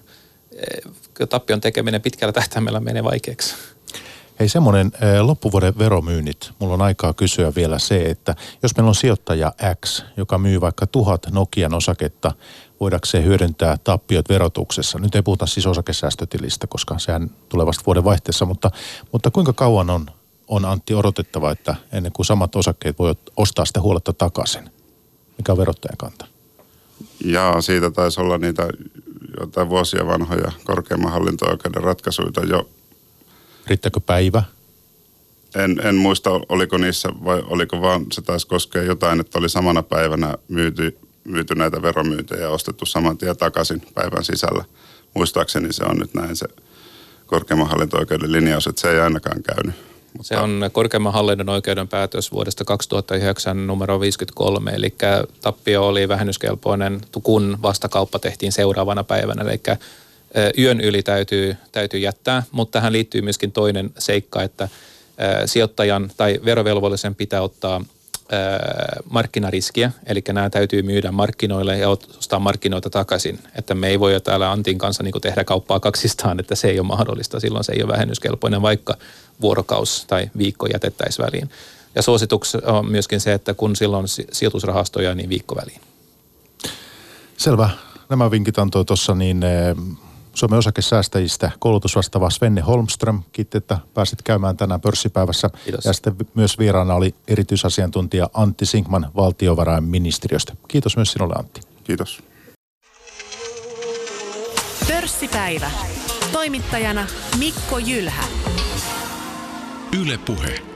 tappion tekeminen pitkällä tähtäimellä menee vaikeaksi. Hei, semmoinen loppuvuoden veromyynnit. Mulla on aikaa kysyä vielä se, että jos meillä on sijoittaja X, joka myy vaikka tuhat Nokian osaketta, voidaanko se hyödyntää tappiot verotuksessa? Nyt ei puhuta siis osakesäästötilistä, koska sehän tulee vasta vuoden vaihteessa, mutta, mutta kuinka kauan on, on Antti odotettava, että ennen kuin samat osakkeet voi ostaa sitä huoletta takaisin? Mikä on verottajan kanta? Jaa, siitä taisi olla niitä jotain vuosia vanhoja korkeimman hallinto-oikeuden ratkaisuita jo. Riittääkö päivä? En, en muista, oliko niissä vai oliko vaan, se taisi koskea jotain, että oli samana päivänä myyty, myyty näitä veromyyntejä ja ostettu saman tien takaisin päivän sisällä. Muistaakseni se on nyt näin se korkeimman hallinto-oikeuden linjaus, että se ei ainakaan käynyt. Mutta se on korkeimman hallinnon oikeuden päätös vuodesta kaksituhattayhdeksän numero viisikymmentäkolme, eli tappio oli vähennyskelpoinen, kun vastakauppa tehtiin seuraavana päivänä, eli yön yli täytyy, täytyy jättää, mutta tähän liittyy myöskin toinen seikka, että sijoittajan tai verovelvollisen pitää ottaa markkinariskiä, eli nämä täytyy myydä markkinoille ja ostaa markkinoita takaisin, että me ei voi täällä Antin kanssa niin kuin tehdä kauppaa kaksistaan, että se ei ole mahdollista, silloin se ei ole vähennyskelpoinen, vaikka vuorokaus tai viikko jätettäisiin väliin. Ja suosituksi on myöskin se, että kun silloin sijoitusrahastoja, niin viikko väliin. Selvä. Nämä vinkit antoi tuossa niin Suomen osakesäästäjistä koulutusvastaava Svenne Holmström. Kiitos, että pääsit käymään tänään pörssipäivässä. Kiitos. Ja sitten myös vieraana oli erityisasiantuntija Antti Sinkman valtiovarainministeriöstä. Kiitos myös sinulle, Antti. Kiitos. Pörssipäivä. Toimittajana Mikko Jylhä. Yle Puhe.